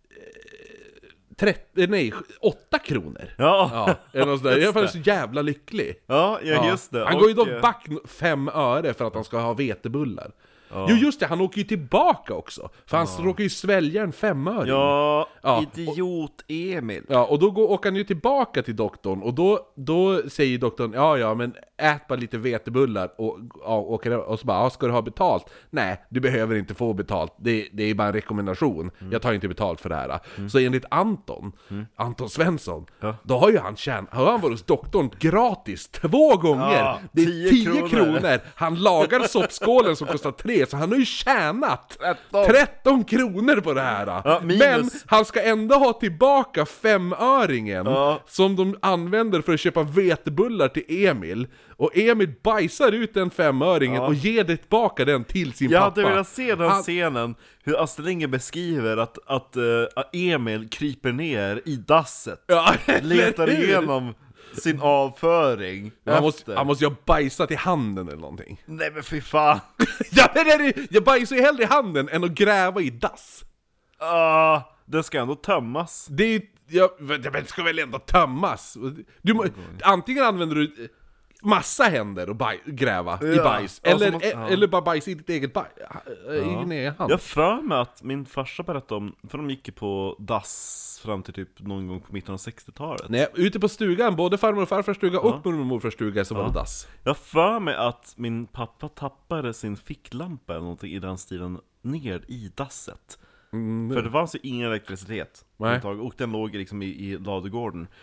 8 kronor. Ja. Eller något sådär. Jag är så jävla lycklig. Ja, just det. Han går ju då back 5 öre för att han ska ha vetebullar. Jo, just det, han åker ju tillbaka också. För han råkar ju svälja en 5-öring. Ja, idiot Emil. Ja, och då åker han ju tillbaka till doktorn. Och då säger doktorn, ja, men ät bara lite vetebullar. Och så bara, ska du ha betalt? Nej, du behöver inte få betalt. Det är bara en rekommendation. Jag tar inte betalt för det här. Så enligt Anton Svensson, då har ju har han varit hos doktorn gratis 2 gånger. Ja, det är 10 kronor. Han lagar soppskålen som kostar 3. Så han har ju tjänat 13 kronor på det här. Men han ska ändå ha tillbaka 5-öringen som de använder för att köpa vetebullar till Emil. Och Emil bajsar ut den 5-öringen och ger tillbaka den till sin pappa. Jag hade velat se den scenen, hur Astrid Lindgren beskriver att Emil kryper ner i dasset, letar igenom sin avföring. Han måste ju ha bajsat i handen eller någonting. Nej men fy fan. Jag bajsar ju hellre i handen än att gräva i dass. Det ska ändå tömmas. Det ska väl ändå tömmas. Antingen använder du massa händer och gräva i bajs, eller bara bajs i ditt eget bajs. Jag för mig att min farsa berättade om, för de gick ju på dass fram till typ någon gång på mitten av 60-talet. Nej, ute på stugan, både farmor och farfars stuga och mormor och morfars stuga, så var det dass. Jag för mig att min pappa tappade sin ficklampa eller någonting i den stilen ner i dasset. För det var alltså ingen elektricitet. Och den låg liksom i ladugården.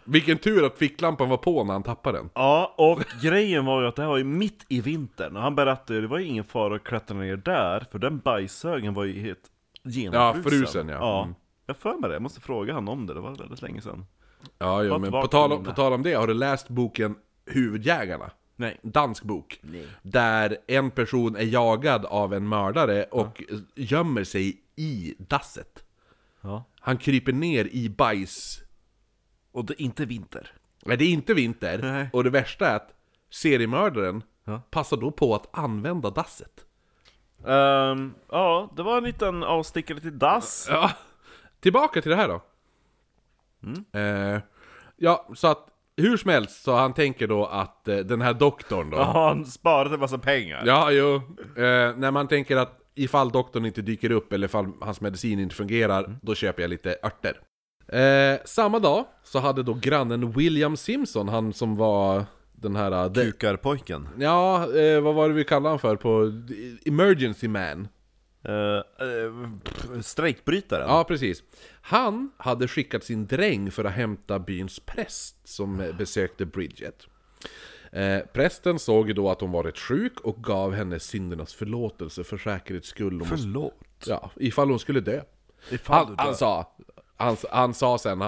Vilken tur att ficklampan var på när han tappade den. Ja, och grejen var ju att det här var ju mitt i vintern. Och han berättade ju, det var ju ingen fara att klättra ner där. För den bajshögen var ju helt genomfrusen. Ja, frusen, ja. Ja, jag för mig det, jag måste fråga han om det, det var väldigt länge sedan. Ja, men på tal om det, har du läst boken Huvudjägarna? Nej. Dansk bok. Nej. Där en person är jagad av en mördare och gömmer sig i dasset. Ja. Han kryper ner i bajs. Och det är inte vinter. Nej, det är inte vinter. Nej. Och det värsta är att seriemördaren Ja. passar då på att använda dasset. Ja, det var en liten avstickare till dass. Ja. Tillbaka till det här då. Ja, så att hur som helst, så han tänker då att den här doktorn då. Ja, han sparade en massa pengar. Ja, jo. När man tänker att ifall doktorn inte dyker upp eller ifall hans medicin inte fungerar, då köper jag lite örter. Samma dag så hade då grannen William Simpson, han som var den här... Kukarpojken. Ja, vad var det vi kallade han för på Emergency Man? Strejkbrytaren. Ja, precis. Han hade skickat sin dräng för att hämta byns präst som besökte Bridget. Prästen såg ju då att hon varit sjuk och gav henne syndernas förlåtelse för säkerhets skull. Förlåt. Ja, ifall hon skulle dö. Han sa sen,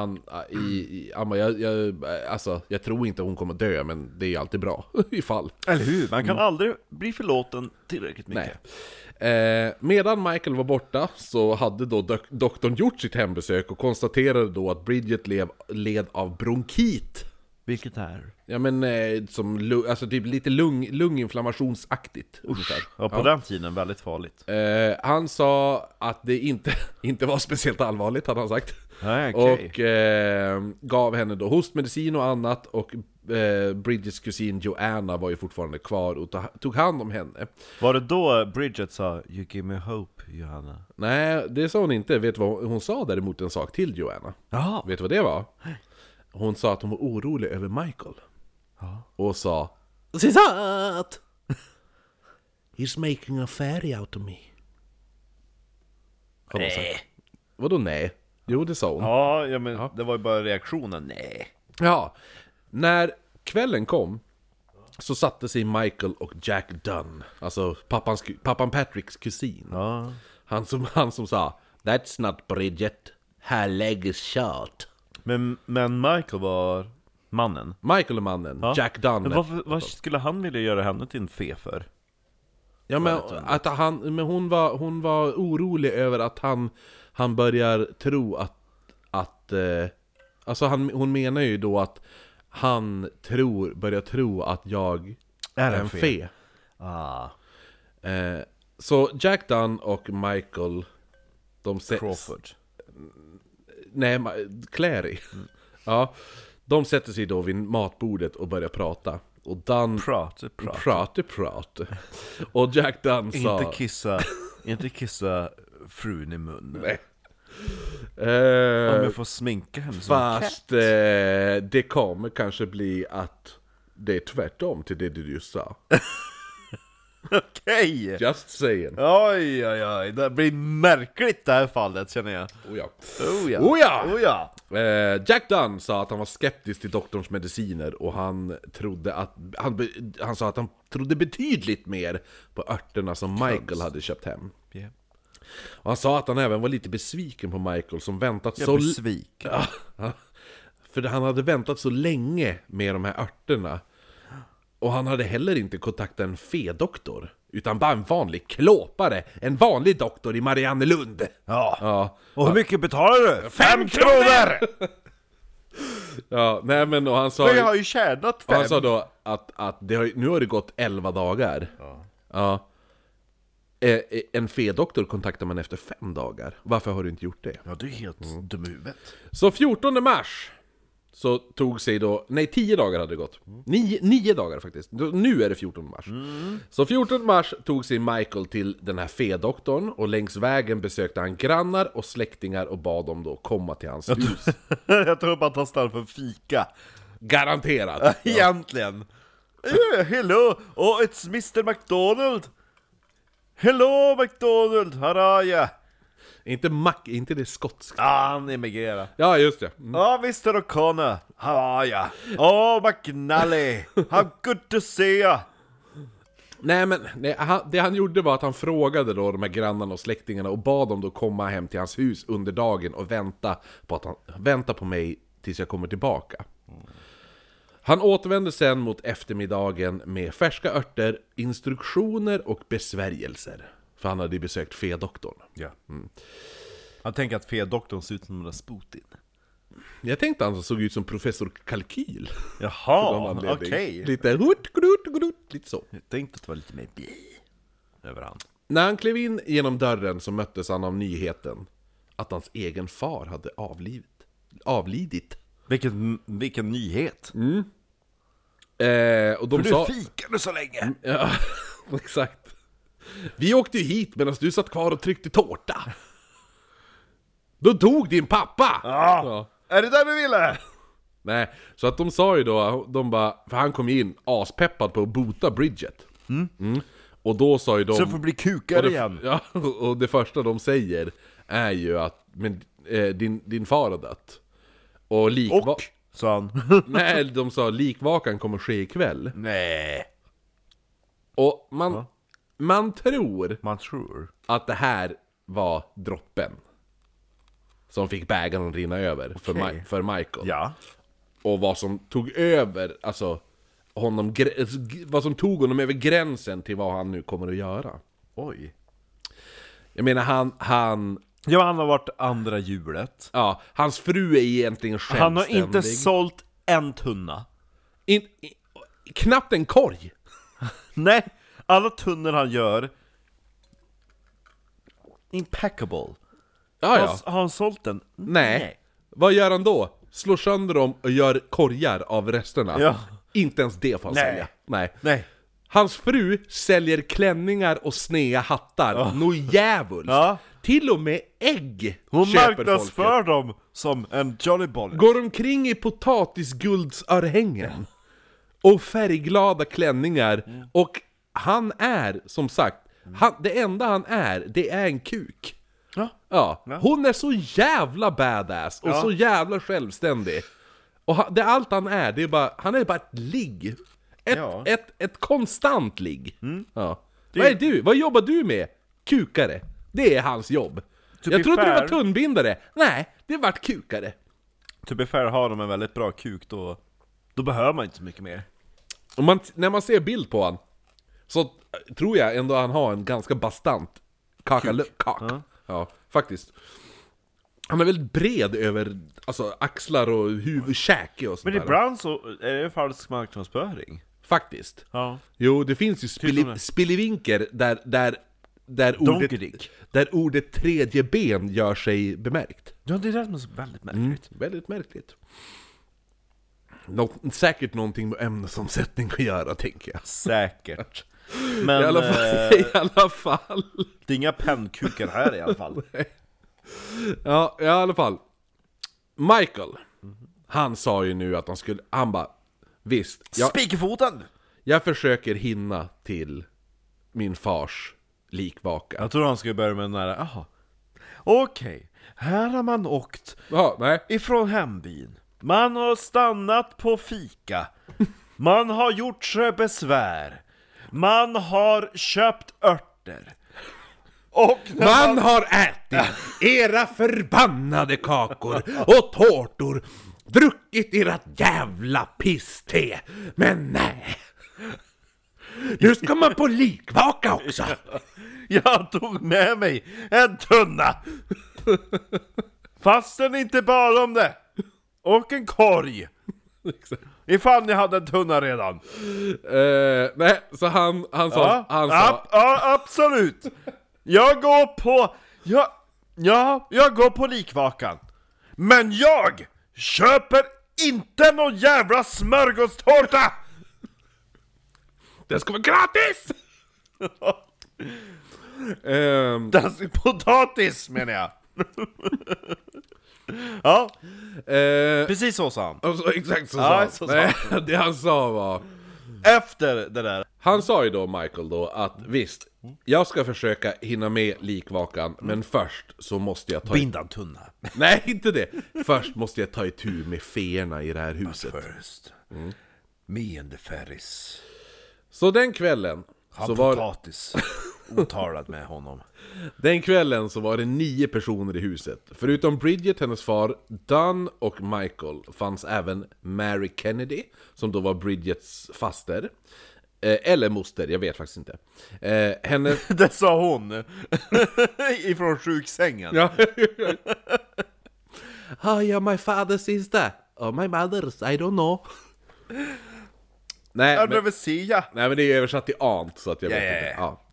jag tror inte hon kommer dö, men det är alltid bra ifall. Eller hur? Man kan aldrig bli förlåten tillräckligt mycket. Nej. Medan Michael var borta så hade då doktorn gjort sitt hembesök och konstaterade då att Bridget led av bronkit. Vilket är? Ja, men alltså typ lite lunginflammationsaktigt. Ja, på den tiden väldigt farligt. Han sa att det inte var speciellt allvarligt, hade han sagt. Nej, okay. Och gav henne då hostmedicin och annat. Och Bridgets kusin Joanna var ju fortfarande kvar och tog hand om henne. Var det då Bridget sa "You give me hope, Johanna"? Nej, det sa hon inte. Vet du vad hon sa däremot en sak till Joanna? Jaha. Vet du vad det var? Hon sa att hon var orolig över Michael. Ja. Och sa citat! He's making a fairy out of me. Nej. Vadå nej? Jo, det sa hon. Ja, men det var ju bara reaktionen. Nej. Ja, när kvällen kom så satte sig Michael och Jack Dunn, alltså pappan Patricks kusin. Ja. Han som sa "That's not Bridget, her leg is short." Men Michael var mannen. Michael är mannen, ja. Jack Dunn. Men vad skulle han vilja göra henne till en fe för? Ja, men att hon var orolig över att han börjar tro att alltså hon menar ju då att han börjar tro att jag är en fe. Så Jack Dunn och Michael, de Crawford. Nej, Clary. Ja, de sätter sig då vid matbordet och börjar prata. Och Dunn prata. Och Jack Dunn sa inte kissa frun i munnen. Nej. Om jag får sminka henne som fast det kommer kanske bli att det är tvärtom till det du just sa. Okej. Just saying. Oj, det blir märkligt det här fallet, känner jag. Oh ja. Jack Dunn sa att han var skeptisk till doktorns mediciner. Och han trodde att han sa att han trodde betydligt mer på örterna som Michael hade köpt hem. Yeah. Och han sa att han även var lite besviken på Michael som väntat besviken. För han hade väntat så länge med de här örterna. Och han hade heller inte kontaktat en fedoktor, utan bara en vanlig klåpare. En vanlig doktor i Mariannelund. Ja. Och hur mycket betalar du? 5 kronor! Ja, nej men och han sa... Men jag har ju tjänat 5. Han sa då att nu har det gått 11 dagar. Ja. En fedoktor kontaktar man efter 5 dagar. Varför har du inte gjort det? Ja, du är helt dum i huvudet. Så 14 mars så tog sig då... Nej, 10 dagar hade det gått. 9 dagar faktiskt. Nu är det 14 mars. Så 14 mars tog sig Michael till den här fedoktorn. Och längs vägen besökte han grannar och släktingar och bad dem då komma till hans hus. Jag tror bara att han stannade för fika. Garanterat. Egentligen. Hello, it's Mr. McDonald. Hello, McDonald, how are you? Inte det skotska. Han emigrerade. Ja, just det. Ja, Mr. O'Connor. How are ya? Oh, McNally. How good to see ya. Nej, men det han gjorde var att han frågade då de här grannarna och släktingarna och bad dem då komma hem till hans hus under dagen och vänta på mig tills jag kommer tillbaka. Han återvände sen mot eftermiddagen med färska örter, instruktioner och besvärjelser. För han hade besökt fedoktorn. Ja. Jag tänker att fedoktorn ser ut som Rasputin. Jag tänkte han såg ut som professor Kalkyl. Jaha, okej. Lite lite så. Jag tänkte att det var lite mer bi över han. När han klev in genom dörren så möttes han av nyheten att hans egen far hade avlidit. Vilken nyhet. Och de För sa... du fikade så länge. Ja, exakt. Vi åkte ju hit medan du satt kvar och tryckte tårta. Då dog din pappa! Ja. Är det där du ville? Nej, så att de sa ju då, för han kom in aspeppad på att bota Bridget. Och då sa ju de... Så får bli kukare igen. Ja, och det första de säger är ju att din far har dött. Och sa han. Nej, de sa likvakan kommer ske ikväll. Nej. Och man tror att det här var droppen som fick bägaren att rinna över för Michael. Ja. Och vad som tog över, alltså vad som tog honom över gränsen till vad han nu kommer att göra. Oj. Jag menar han har varit andra hjulet. Ja, hans fru är egentligen självständig. Han har inte sålt en tunna. Knappt en korg. Nej, alla tunnor han gör impeccable. Ja. Har han sålt den? Nej. Vad gör han då? Slår sönder dem och gör korgar av resterna. Ja. Inte ens det får han sälja. Nej. Hans fru säljer klänningar och snea hattar. Nå djävuls. Ja. Till och med ägg Hon köper marknadsför dem som en jollyboll. Går omkring i potatisguldsörhängen och färgglada klänningar. Och han är, som sagt, det enda han är, det är en kuk. Ja. Hon är så jävla badass och så jävla självständig. Och det allt han är, det är bara, han är bara ett ligg. Ett konstant ligg. Ja. Vad jobbar du med? Kukare. Det är hans jobb. Jag trodde det var tunnbindare. Nej, det vart kukare. To be fair, har de en väldigt bra kuk, då behöver man inte så mycket mer. När man ser bild på han, så tror jag ändå han har en ganska bastant kak. Ja, faktiskt. Han är väldigt bred över axlar och huvud, käke och sånt. Men ibland så är det falsk marknadsföring. Faktiskt. Ja. Jo, det finns ju spillevinker där ordet tredje ben gör sig bemärkt. Ja, det är det som är så väldigt märkligt. Väldigt märkligt. Säkert någonting med ämnesomsättning att göra, tänker jag. Säkert. Men I alla fall. Det är inga pennkukar här i alla fall. Ja, i alla fall. Michael, han sa ju nu att han bara, visst, Spikerfoten! Jag försöker hinna till min fars likvaka. Jag tror han skulle börja med den där. Okej, här har man åkt ifrån hembyn. Man har stannat på fika. Man har gjort sig besvär. Man har köpt örter. Och man har ätit era förbannade kakor och tårtor, druckit ert jävla piste. Men nej, nu ska man på likvaka också. Jag tog med mig en tunna. Fastän inte bara om det. Och en korg. Ifall ni hade en tunna redan. Nej, så han sa... Ja, absolut. Jag går på likvakan. Men jag köper inte någon jävla smörgåstårta. Det ska vara gratis. Potatis menar jag. Ja. Precis så sa han. Alltså, exakt så sa han. Det han sa var... Efter det där. Han sa ju då, Michael, då att visst, Jag ska försöka hinna med likvakan, men först så måste jag ta... Binda en tunna. Nej, inte det! Först måste jag ta itu med feerna i det här huset. First. Me and the Ferris. Så den kvällen så var... potatis. Otalad med honom. Den kvällen så var det 9 personer i huset. Förutom Bridget, hennes far, Dunn och Michael fanns även Mary Kennedy, som då var Bridgets faster. Eller moster, jag vet faktiskt inte. Henne... Det sa hon. Ifrån sjuksängen. Ja. Hi, my father's sister. Oh, my mother's, I don't know. Nej, nej, men det är översatt till aunt, så att jag vet inte. Ja.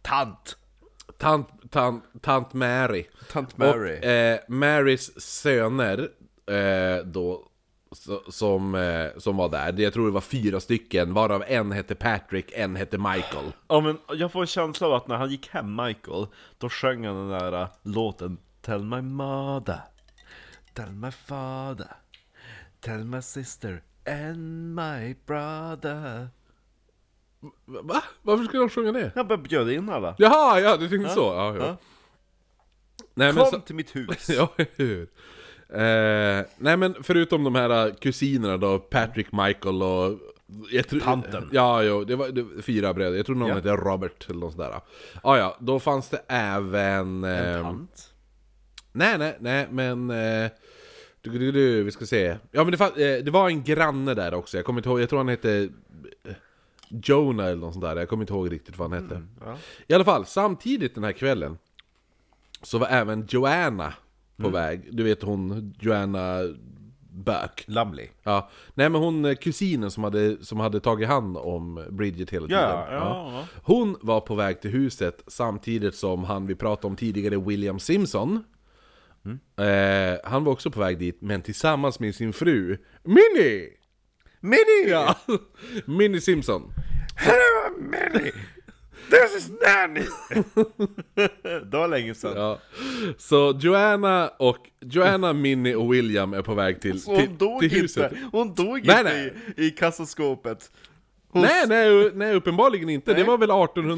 Tant Mary. Tant Mary. Och Marys söner då som var där. Jag tror det var 4 stycken, varav en hette Patrick, en hette Michael. Ja, men jag får en känsla av att när han gick hem, Michael, då sjöng han den där låten Tell my mother, tell my father, tell my sister and my brother. Va? Varför skulle de sjunga det? Jag bara bjöd in alla. Jaha, ja, du tänkte så. Ja. Nej, Kom men till mitt hus. Ja, hur? Nej, men förutom de här kusinerna då, Patrick, Michael och... Tanten. Ja, det var 4 bröder. Jag tror någon hette Robert eller något sådär. Ja, då fanns det även... En tant? Nej, men... vi ska se. Ja, men det var en granne där också. Jag kommer inte ihåg, jag tror han hette... Jonah eller något sånt där. Jag kommer inte ihåg riktigt vad han hette. I alla fall, samtidigt den här kvällen så var även Joanna på väg. Du vet hon, Joanna Burke. Lumley. Ja. Nej, men hon kusinen som hade tagit hand om Bridget hela tiden. Ja. Hon var på väg till huset samtidigt som han vi pratade om tidigare, William Simpson. Han var också på väg dit, men tillsammans med sin fru Minnie! Ja, Minnie Simpson. Hello Minnie! This is Nanny! Det var länge sedan. Ja. Så Joanna, Minnie och William är på väg till huset. Hon dog inte i kassaskåpet. Nej, uppenbarligen inte. Nej. Det var väl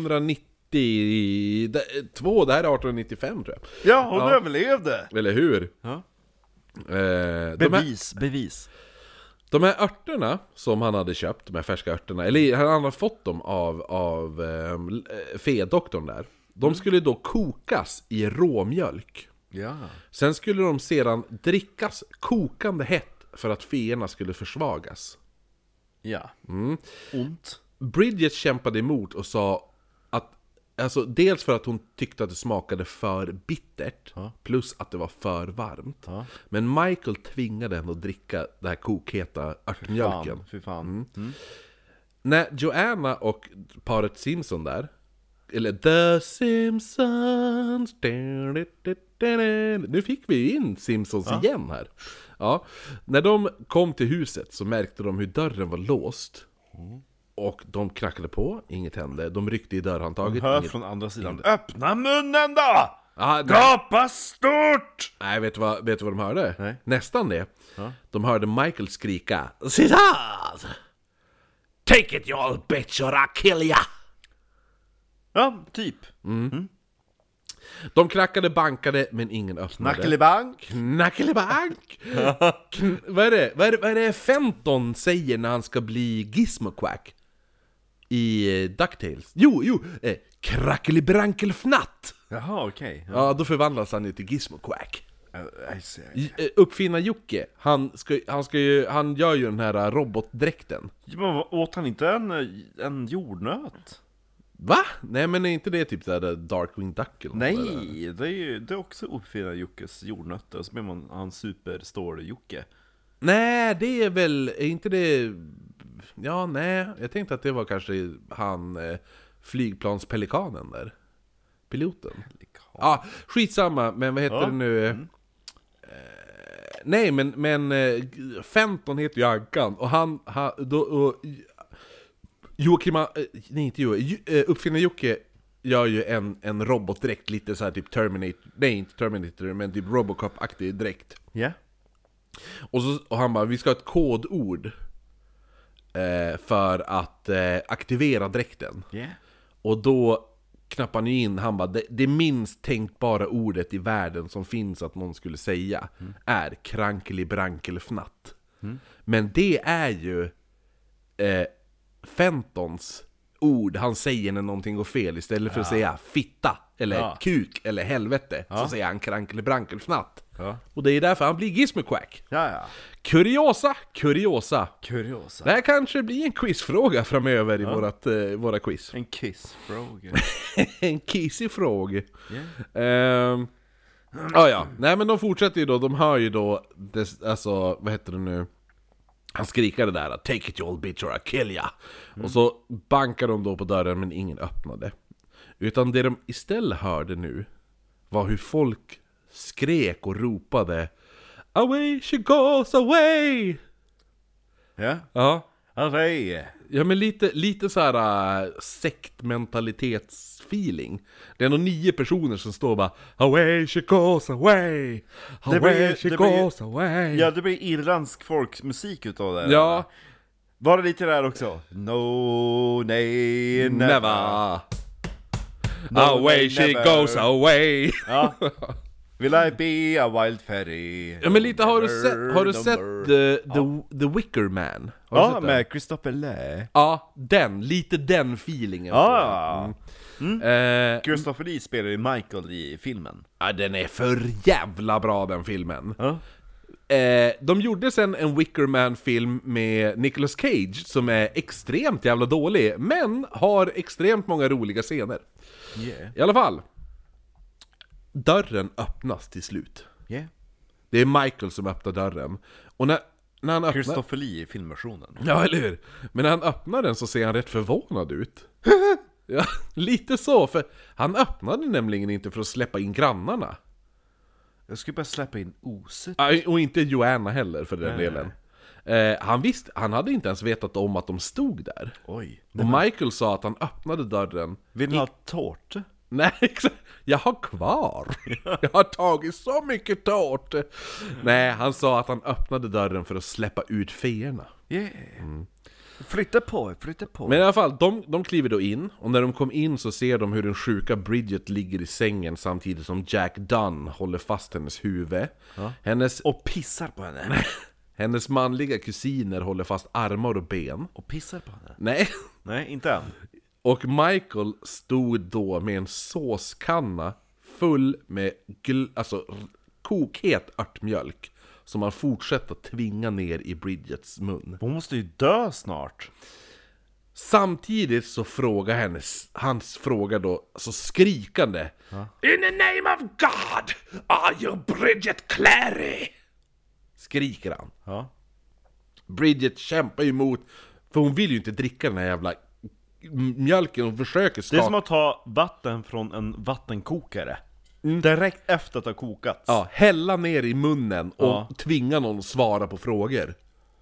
1892, det här är 1895 tror jag. Ja, hon överlevde. Eller hur? Ja. Bevis. De här örterna som han hade köpt, de här färska örterna, eller han hade fått dem av fedoktorn där. De skulle då kokas i råmjölk. Ja. Sen skulle de sedan drickas kokande hett för att feerna skulle försvagas. Ja. Ont. Bridget kämpade emot och sa att, alltså dels för att hon tyckte att det smakade för bittert, plus att det var för varmt. Men Michael tvingade henne att dricka den här kokheta örtmjölken. Fy fan. När Joanna och paret Simpson där, eller The Simpsons, nu fick vi in Simpsons igen här. Ja. När de kom till huset så märkte de hur dörren var låst. Och de knackade på, inget hände. De ryckte i dörrhandtaget. De hör från andra sidan. Öppna munnen då! Gapa stort! Nej, vet du vad de hörde? Nej. Nästan det. De hörde Michael skrika: Scissors! Take it you old bitch or I'll kill ya! Ja, typ. De bankade, men ingen öppnade. Knackelibank. Vad är det Fenton säger när han ska bli Gizmoquack i DuckTales? Jo, krackelibrankelfnatt. Jaha, okej. Ja, då förvandlas han ju till Gizmoquack. Uppfinna Jocke, han gör ju den här robotdräkten. Men åt han inte en jordnöt? Va? Nej, men är inte det typ såhär Darkwing Duck eller nej, det är också uppfinna Jockes jordnötter. Och så blir man han superstår-Jocke. Nej, det är väl, är inte det... Ja, nej, jag tänkte att det var kanske han flygplanspelikanen där. Piloten. Ja, skitsamma, men vad heter det nu? Nej, men Fenton heter ju Ankan. Och Uppfinna Jocke gör ju en robotdräkt, lite så här typ Terminator. Nej, inte Terminator, men typ Robocop-aktig dräkt. Ja. Yeah. Och han bara, vi ska ha ett kodord för att aktivera dräkten. Yeah. Och då knappar han in, han bara, det minst tänkbara ordet i världen som finns att någon skulle säga är krankeli-brankelfnatt. Men det är ju Fentons ord han säger när någonting går fel. Istället för att säga fitta eller kuk eller helvete, så säger han krankeli-brankelfnatt. Och det är därför han blir Gizmoquack. Kuriosa. Det här kanske blir en quizfråga framöver i våra quiz. En kissfråga. En kissig-fråga. Yeah. Nej, men de fortsätter ju då. De hör ju då alltså, vad heter det nu? Han skriker det där, take it you old bitch or I'll kill ya. Och så bankar de då på dörren, men ingen öppnade. Utan det de istället hörde nu var hur folk skrek och ropade away she goes away. Ja. Away. Ja, men lite så här sektmentalitetsfeeling. Det är nog 9 personer som står bara away she goes away. Away she goes away. Ja, det blir irländsk folkmusik utav det. Ja. Var det lite där också? No, nej, never. Away she goes away. Ja. Will I be a wild fairy? Ja, men lite, har du sett The Wicker Man? Ja, med Christopher Lee. Ja, lite den feelingen. Christopher Lee spelar ju Michael i filmen. Ja, den är för jävla bra, den filmen. De gjorde sen en Wicker Man-film med Nicolas Cage som är extremt jävla dålig, men har extremt många roliga scener. I alla fall, dörren öppnas till slut. Det är Michael som öppnar dörren. Och när han öppnar... Christopher Lee i filmversionen. Ja, eller hur? Men när han öppnar den så ser han rätt förvånad ut. Ja, lite så, för han öppnade nämligen inte för att släppa in grannarna. Jag skulle bara släppa in oset. Och inte Joanna heller för den delen. Han hade inte ens vetat om att de stod där. Oj. Och Michael sa att han öppnade dörren. Vill ni ha tårt? Nej, exakt. Jag har kvar. Jag har tagit så mycket tårt. Nej, han sa att han öppnade dörren för att släppa ut feerna. Flytta på. Men i alla fall, de kliver då in. Och när de kom in så ser de hur den sjuka Bridget ligger i sängen samtidigt som Jack Dunn håller fast hennes huvud. Och pissar på henne. Hennes manliga kusiner håller fast armar och ben. Och pissar på henne. Nej, inte än. Och Michael stod då med en såskanna full med kokhet örtmjölk som han fortsätter tvinga ner i Bridgets mun. Hon måste ju dö snart. Samtidigt så frågar hans fråga då så skrikande: In the name of God, are you Bridget Clary? Skriker han. Bridget kämpar emot, för hon vill ju inte dricka den här jävla mjölken och försöker skapa. Det är som att ta vatten från en vattenkokare direkt efter att ha kokat. Ja, hälla ner i munnen och tvinga någon att svara på frågor.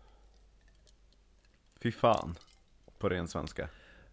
Fy fan. På ren svenska.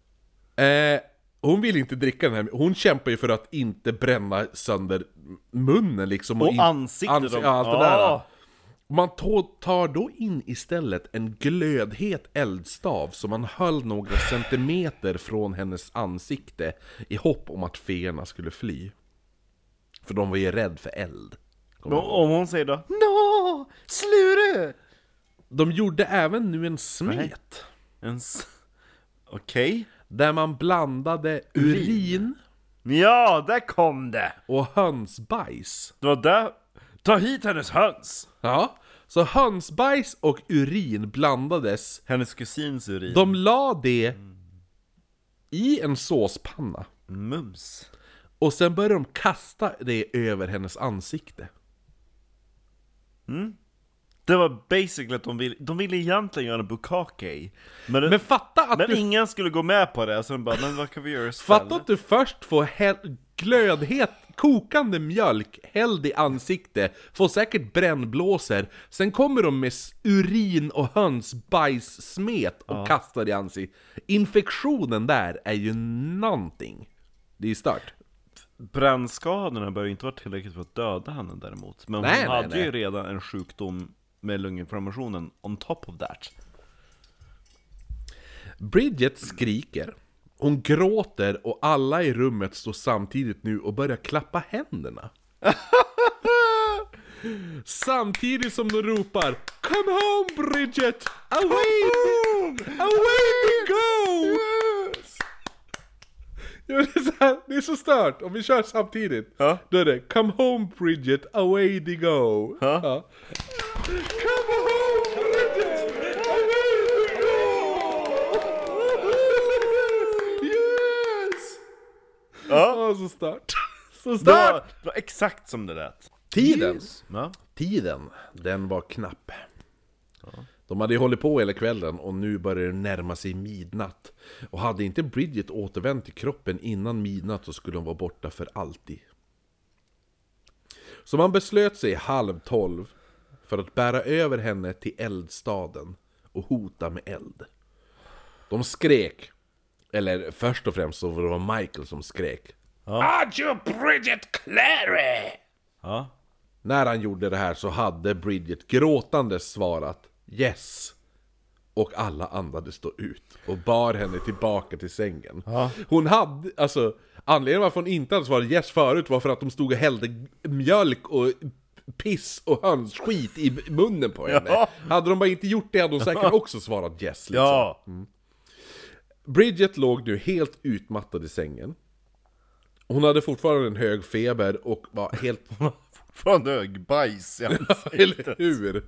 Hon vill inte dricka den här. Hon kämpar ju för att inte bränna sönder munnen liksom. Och ansiktet. Allt det där. Man tar då in istället en glödhet eldstav som man höll några centimeter från hennes ansikte i hopp om att feerna skulle fly. För de var ju rädd för eld. Om hon säger då no, slure! De gjorde även nu en smet. Okej. Där man blandade urin. Ja, där kom det! Och hönsbajs. Det var där. Ta hit hennes höns! Ja, så hönsbajs och urin blandades. Hennes kusins urin. De la det i en såspanna. Mums. Och sen började de kasta det över hennes ansikte. Det var basically att de ville egentligen göra en bukkake. Men fatta att men ingen skulle gå med på det. Så de bara, men vad kan vi göra istället? Fatta att du först får glödhet, kokande mjölk hälld i ansikte, får säkert brännblåser. Sen kommer de med urin och hönsbajssmet och kastar i ansiktet. Infektionen där är ju någonting. Det är ju stört. Brännskadorna bör inte vara tillräckligt för att döda henne däremot. Men hon hade ju redan en sjukdom med lunginflammationen on top of that. Bridget skriker. Hon gråter och alla i rummet står samtidigt nu och börjar klappa händerna. Samtidigt som de ropar "Come home, Bridget! Away we go!" Yes. Ja, det är så stört. Om vi kör samtidigt, Ja. då är det "Come home, Bridget! Away they go!" Ja. Ja. Come home, Bridget! Away they go! Yes! Ja. Så stört. Så Det stört! var exakt som det lät. Tiden, den var knapp. De hade ju hållit på hela kvällen och nu började det närma sig midnatt. Och hade inte Bridget återvänt till kroppen innan midnatt så skulle hon vara borta för alltid. Så man beslöt sig 11:30 för att bära över henne till eldstaden och hota med eld. De skrek. Eller först och främst så var det Michael som skrek. Are you Bridget Clary? Ja. När han gjorde det här så hade Bridget gråtande svarat yes. Och alla andades då ut och bar henne tillbaka till sängen. Ja. Hon hade, alltså, anledningen varför hon inte hade svarat yes förut var för att de stod och hällde mjölk och piss och hönsskit i munnen på henne. Ja. Hade de bara inte gjort det hade hon säkert också svarat yes liksom. Ja. Bridget låg nu helt utmattad i sängen. Hon hade fortfarande en hög feber och var helt... Fan hög bajs. Eller hur?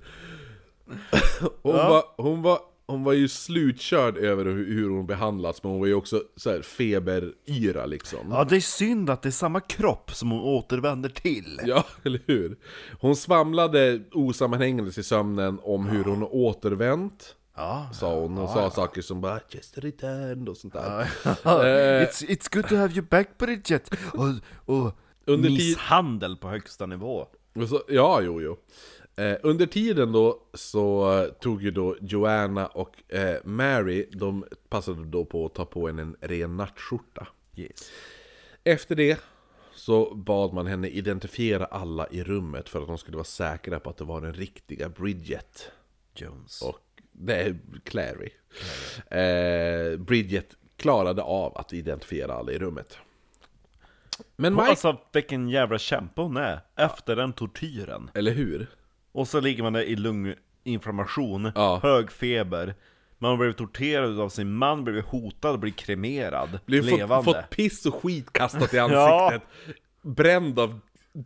Hon var ju slutkörd över hur hon behandlats, men hon var ju också så här feberyra liksom. Ja, det är synd att det är samma kropp som hon återvänder till. Ja, eller hur? Hon svamlade osammanhängandes i sömnen om hur hon återvänt. Ja. Sa hon och sa saker som bara just returned och sånt där. It's good to have you back, Bridget. Och Under misshandel på högsta nivå. Och så, ja, jo. Under tiden då så tog ju då Joanna och Mary, de passade då på att ta på en ren nattskjorta. Yes. Efter det så bad man henne identifiera alla i rummet för att de skulle vara säkra på att det var den riktiga Bridget Jones. och det är Clary. Bridget klarade av att identifiera alla i rummet. Men Mike... Alltså vilken jävla kämpe hon är efter den tortyren. Eller hur? Och så ligger man där i lunginflammation, Ja. hög feber. Man blev torterad av sin man, blev hotad, blev kremerad, Blev levande. fått piss och skit kastat i ansiktet. Bränd av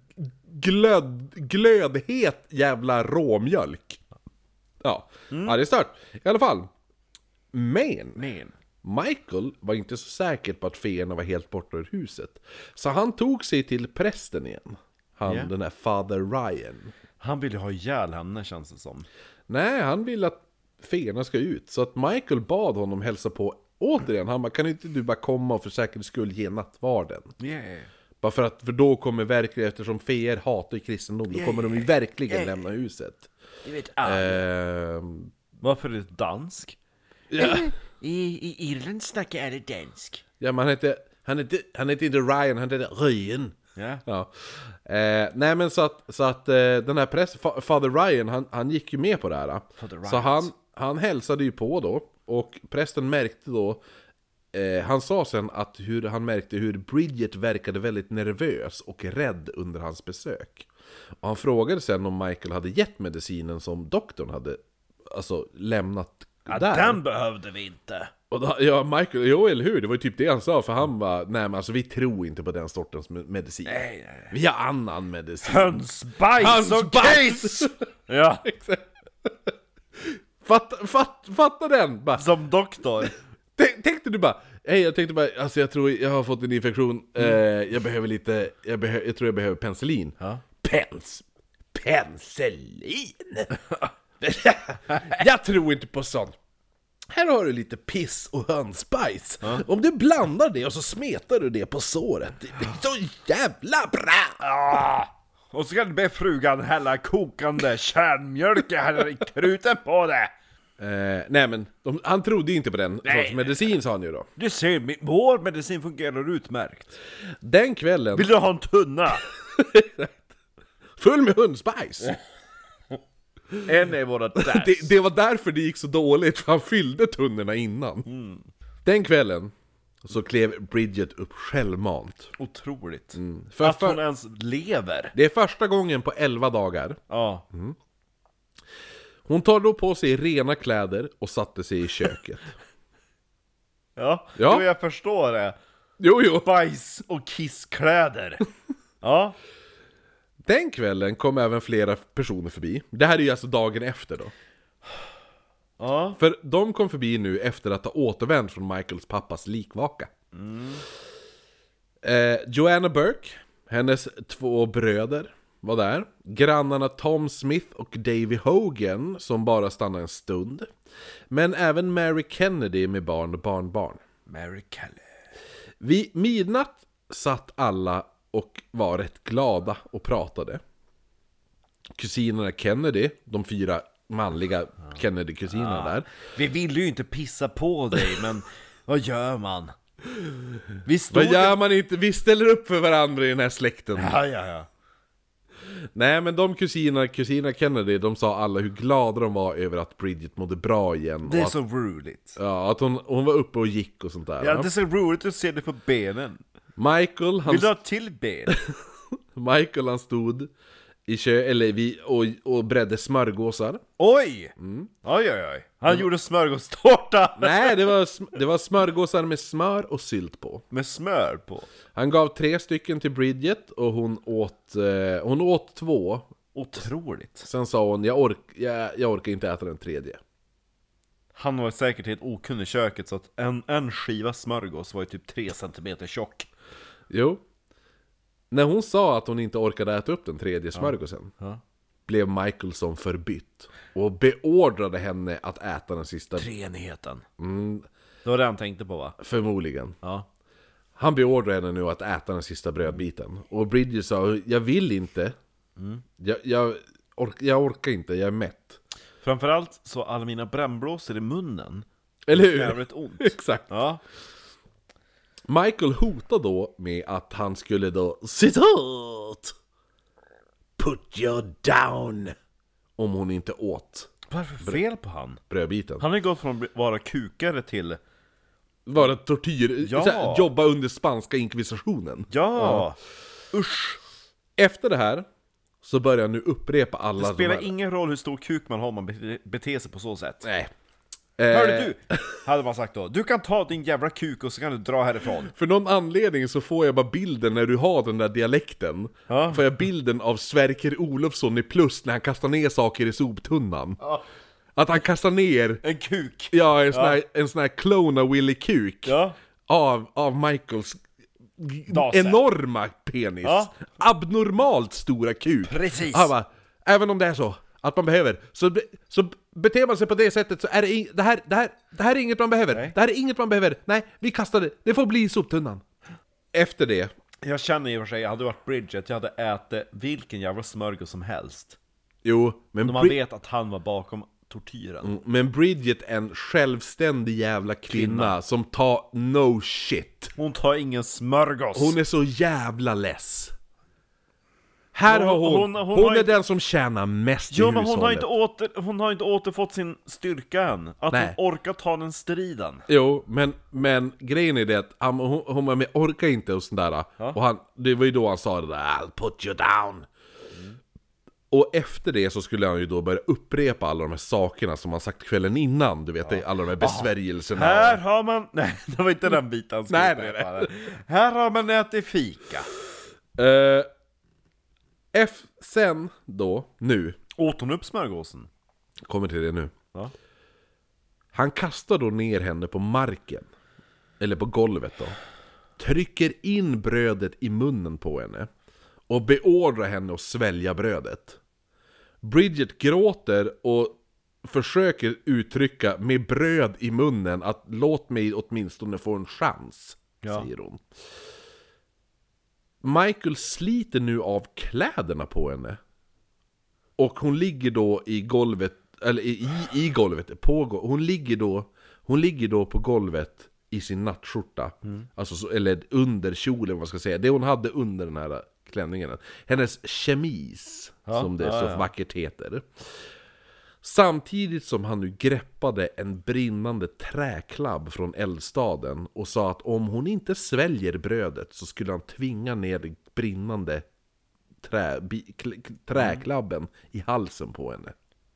glödhet jävla råmjölk. Ja, ja, det är stört. I alla fall. Men Michael var inte så säker på att feerna var helt borta ur huset. Så han tog sig till prästen igen. Den här Father Ryan. Han vill ju ha ihjäl henne, känns det som. Nej, han vill att feerna ska ut. Så att Michael bad honom hälsa på återigen. Han bara, kan inte du bara komma och för säkerhets skull ge nattvarden? Yeah. Bara för då kommer verkligen, eftersom feer hatar kristendom, då kommer de ju verkligen lämna huset. Du vet, varför är det dansk? Ja. I Irland snackar alla dansk. Ja, men han heter inte Ryan, han heter Ryan. Ja. Ja. Nej, men så att den här Father Ryan, han gick ju med på det här. Så han hälsade ju på då. Och prästen märkte då, han sa sen att han märkte hur Bridget verkade väldigt nervös och rädd under hans besök. Och han frågade sen om Michael hade gett medicinen som doktorn hade lämnat Ja, där. den behövde vi inte. Och då, ja, Michael, jo eller hur, det var ju typ det han sa. För han var, nej men alltså vi tror inte på den sortens medicin. Nej. Vi har annan medicin. Hönsbajs och case! Ja, Fatta den bara. som doktor. Tänkte du bara, jag tänkte bara, alltså jag tror jag har fått en infektion. Jag tror jag behöver penicillin. Ja. Penicillin? Jag tror inte på sånt. Här har du lite piss och hönsbajs. Om du blandar det och så smetar du det på såret, det blir så jävla bra. Och så kan du be frugan hälla kokande kärnmjölk i kruten på det. Nej men, han trodde inte på den sorts medicin, sa han ju då. Du ser, vår medicin fungerar utmärkt. Den kvällen, Vill du ha en tunna? full med hönsbajs. En är våra Det var därför det gick så dåligt, för han fyllde tunnorna innan. Den kvällen så klev Bridget upp självmant. Otroligt. För hon ens lever. det är första gången på 11 dagar. Ja. Hon tar då på sig rena kläder och satte sig i köket. Ja, Ja. Jo, jag förstår det. Jo. Bajs och kisskläder. Ja. Den kvällen kom även flera personer förbi. Det här är ju alltså dagen efter då. Ja. För de kom förbi nu efter att ha återvänt från Michaels pappas likvaka. Joanna Burke, hennes 2 bröder, var där. Grannarna Tom Smith och Davy Hogan, som bara stannade en stund. Men även Mary Kennedy med barn och barnbarn. Mary Kelly. Vid midnatt satt alla och var rätt glada och pratade. Kusinerna Kennedy, de 4 manliga Kennedy-kusinerna där. Vi ville ju inte pissa på dig, men vad gör man? Vad gör man inte? Vi ställer upp för varandra i den här släkten. Ja. Nej, men de kusinerna Kennedy, de sa alla hur glada de var över att Bridget mådde bra igen. Det är och att, så roligt. ja, att hon var uppe och gick och sånt där. Ja, va? det är så roligt att se det på benen. Michael, Vill du ha till ben? Michael han stod i och bredde smörgåsar. Oj! Oj. Han gjorde smörgåstårta. Nej, det var smörgåsar med smör och sylt på. Med smör på. Han gav 3 stycken till Bridget och hon åt 2. Otroligt. Sen sa hon, jag orkar inte äta den 3:e. Han var säkert helt okunnig i köket, så att en skiva smörgås var ju typ 3 centimeter tjock. Jo. När hon sa att hon inte orkade äta upp den 3:e smörgåsen, blev Michael som förbytt och beordrade henne att äta den sista. Treenigheten. Det var det han tänkte på, va? Förmodligen. Ja. Han beordrade henne nu att äta den sista brödbiten. Och Bridget sa, jag vill inte. Jag orkar inte, jag är mätt. Framförallt så alla mina brännblåsor i munnen. Eller hur? Jävligt ont. Exakt. Ja. Michael hotade då med att han skulle då citat put you down om hon inte åt Varför fel på han? brödbiten. Han har ju gått från att vara kukare till... Vara tortyr, Ja. såhär, jobba under spanska inkvisitionen. Ja. Usch. Efter det här så börjar jag nu upprepa alla. Det spelar ingen roll hur stor kuk man har om man beter sig på så sätt. Nej. Hörde du? Hade man sagt då. Du kan ta din jävla kuk och så kan du dra härifrån. För någon anledning så får jag bara bilden när du har den där dialekten. Ja. Får jag bilden av Sverker Olofsson i Plus när han kastar ner saker i soptunnan. Ja. Att han kastar ner, En kuk. ja, en sån här clone av Willy Kuk. Ja. Av Michaels Dase. enorma penis. Ja. Abnormalt stora kuk. Precis. Han bara, även om det är så att man behöver, så beter man sig på det sättet så är det här är inget man behöver. Nej. Det här är inget man behöver. Nej, vi kastar det. Det får bli i soptunnan. Efter det. Jag känner i och för sig, jag hade varit Bridget, jag hade ätit vilken jävla smörgås som helst. Jo, men När man vet att han var bakom tortyren. Men Bridget är en självständig jävla kvinna som tar no shit. Hon tar ingen smörgås. Hon är så jävla less. Här har hon har är inte... den som tjänar mest i Jo, men hushållet. hon har inte återfått sin styrka än. Att Nej. hon orkar ta den striden. Jo, men grejen är det att hon var med, orkar inte och sånt där. Ja. Och det var ju då han sa det där, I'll put you down. Och efter det så skulle han ju då börja upprepa alla de här sakerna som han sagt kvällen innan. Du vet, alla de här besvärjelserna. Här har man... Nej, det var inte den biten han skulle Nej, upprepa. nej. Här har man ätit fika. Sen då, nu, Åt hon upp smörgåsen? kommer till det nu. Ja. Han kastar då ner henne på marken. Eller på golvet då. Trycker in brödet i munnen på henne. Och beordrar henne att svälja brödet. Bridget gråter och försöker uttrycka med bröd i munnen att låt mig åtminstone få en chans, säger hon. Michael sliter nu av kläderna på henne. Och hon ligger då i golvet, eller i golvet, hon ligger då på golvet i sin nattskjorta. Alltså eller under kjolen, vad ska jag säga. Det hon hade under den här klänningen. Hennes chemise, som det så vackert heter. Samtidigt som han nu greppade en brinnande träklabb från eldstaden och sa att om hon inte sväljer brödet så skulle han tvinga ner det brinnande träklabben i halsen på henne.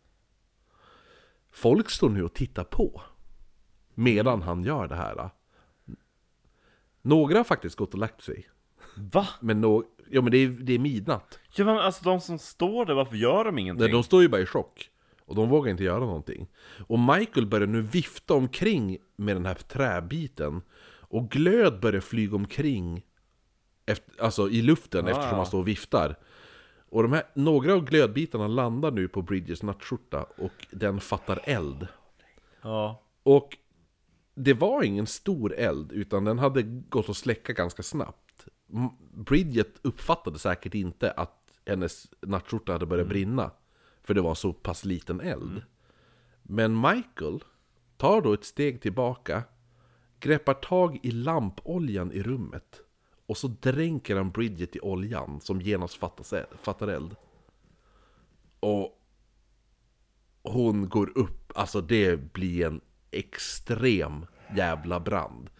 Folk står nu och tittar på medan han gör det här. Några har faktiskt gått och lagt sig. Va? Men det är midnatt. Ja, men alltså de som står där, varför gör de ingenting? Nej, de står ju bara i chock. Och de vågar inte göra någonting. Och Michael börjar nu vifta omkring med den här träbiten. Och glöd börjar flyga omkring alltså i luften eftersom han står och viftar. Och några av glödbitarna landar nu på Bridges nattskjorta och den fattar eld. Ja. Och det var ingen stor eld utan den hade gått att släcka ganska snabbt. Bridget uppfattade säkert inte att hennes nattskjorta hade börjat brinna. För det var så pass liten eld. Men Michael tar då ett steg tillbaka, greppar tag i lampoljan i rummet och så dränker han Bridget i oljan som genast fattar eld. Och hon går upp, alltså det blir en extrem jävla brand.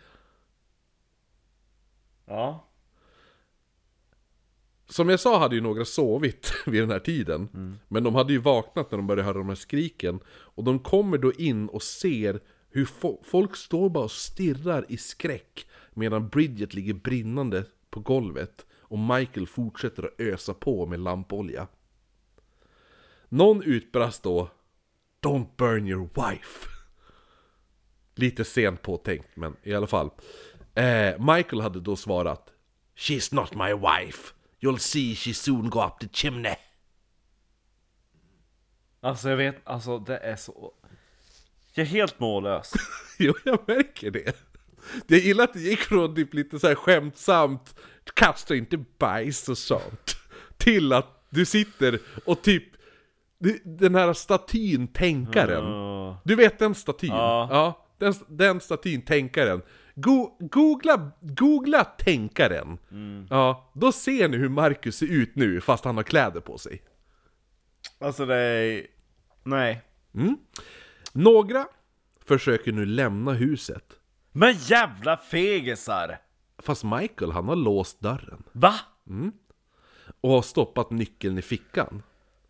Ja. Som jag sa hade ju några sovit vid den här tiden. Men de hade ju vaknat när de började höra de här skriken. Och de kommer då in och ser hur folk står bara och stirrar i skräck medan Bridget ligger brinnande på golvet. Och Michael fortsätter att ösa på med lampolja. Någon utbrast då: "Don't burn your wife." Lite sent påtänkt, men i alla fall. Michael hade då svarat: "She's not my wife. You'll see she soon go up the chimney." Alltså jag vet, alltså det är så... Jag är helt mållös. Jo, jag märker det. Jag gillar att det gick från typ lite så här skämtsamt, kasta inte bajs och sånt, till att du sitter och typ den här statyn tänkaren. Du vet den statyn? Ja, den statyn tänkaren. Googla tänkaren. Ja, då ser ni hur Marcus ser ut nu fast han har kläder på sig. Alltså det är... Nej. Några försöker nu lämna huset. Men jävla fegisar! Fast Michael, han har låst dörren. Va? Och har stoppat nyckeln i fickan.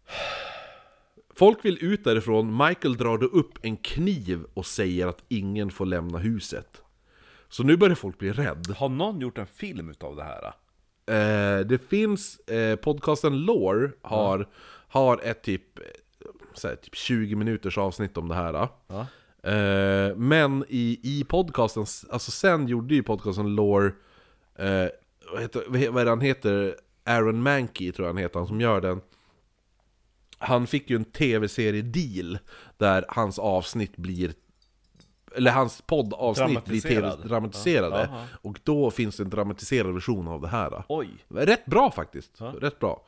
Folk vill ut därifrån. Michael drar då upp en kniv och säger att ingen får lämna huset. Så nu börjar folk bli rädd. Har någon gjort en film utav det här? Det finns podcasten Lore har ett typ 20 minuters avsnitt om det här. Ja. Men i podcasten, alltså sen gjorde ju podcasten Lore, vad är det han heter? Aaron Mankey tror jag han heter, han som gör den. Han fick ju en tv-serie-deal där hans avsnitt blir, eller hans poddavsnitt blir tv-dramatiserade. Ja. Och då finns det en dramatiserad version av det här. Oj. Rätt bra faktiskt. Ja. Rätt bra.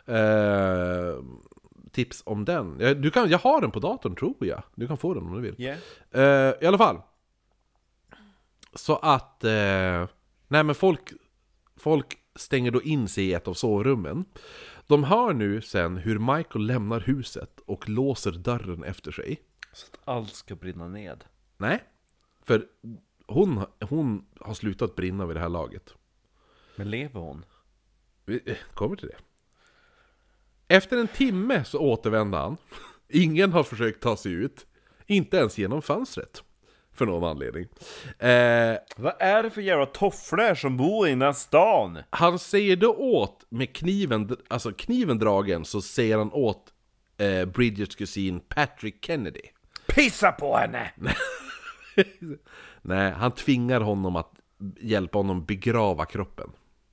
Tips om den. Jag har den på datorn tror jag. Du kan få den om du vill. Yeah. I alla fall. Så att nej men folk stänger då in sig i ett av sovrummen. De hör nu sen hur Michael lämnar huset och låser dörren efter sig. Så att allt ska brinna ned. Nej. För hon har slutat brinna vid det här laget. Men lever hon? Vi kommer till det. Efter en timme så återvänder han. Ingen har försökt ta sig ut. Inte ens genom fönstret. För någon anledning. Vad är det för jävla tofflor som bor i den här stan? Han säger då åt med kniven dragen, så säger han åt Bridgets kusin Patrick Kennedy. Pissa på henne! Nej, han tvingar honom att hjälpa honom begrava kroppen.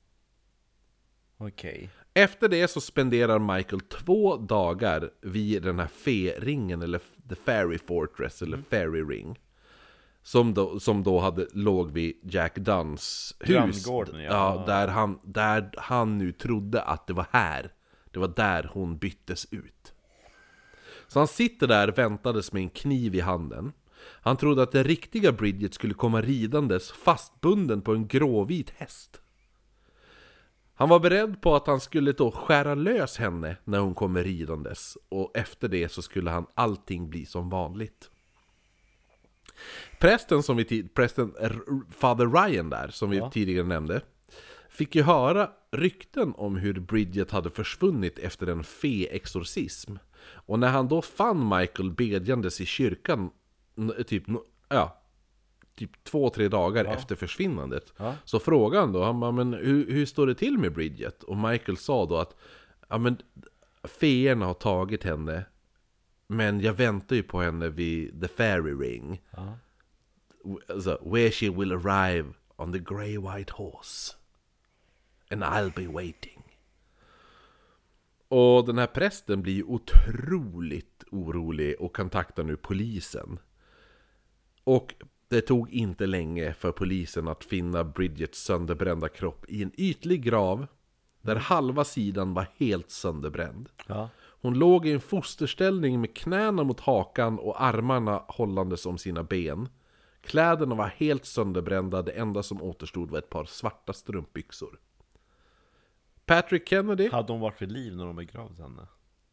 Okej. Efter det så spenderar Michael 2 dagar vid den här fe-ringen, eller The Fairy Fortress, eller Fairy Ring. Som då låg vid Jack Dunns hus. Ja, där han nu trodde att det var här. Det var där hon byttes ut. Så han sitter där, väntades med en kniv i handen. Han trodde att den riktiga Bridget skulle komma ridandes fastbunden på en gråvit häst. Han var beredd på att han skulle då skära lös henne när hon kommer ridandes. Och efter det så skulle allting bli som vanligt. Prästen Father Ryan där, som vi tidigare nämnde, fick ju höra rykten om hur Bridget hade försvunnit efter en fe-exorcism. Och när han då fann Michael bedjandes i kyrkan typ 2-3 dagar efter försvinnandet, så frågade han då, han bara, men hur står det till med Bridget? Och Michael sa då att feerna har tagit henne, men jag väntar ju på henne vid the fairy ring. Alltså, where she will arrive on the grey white horse. And I'll be waiting. Och den här prästen blir otroligt orolig och kontaktar nu polisen. Och det tog inte länge för polisen att finna Bridgets sönderbrända kropp i en ytlig grav där halva sidan var helt sönderbränd. Hon låg i en fosterställning med knäna mot hakan och armarna hållandes om sina ben. Kläderna var helt sönderbrända, det enda som återstod var ett par svarta strumpbyxor. Patrick Kennedy... Hade hon varit vid liv när de begravde henne?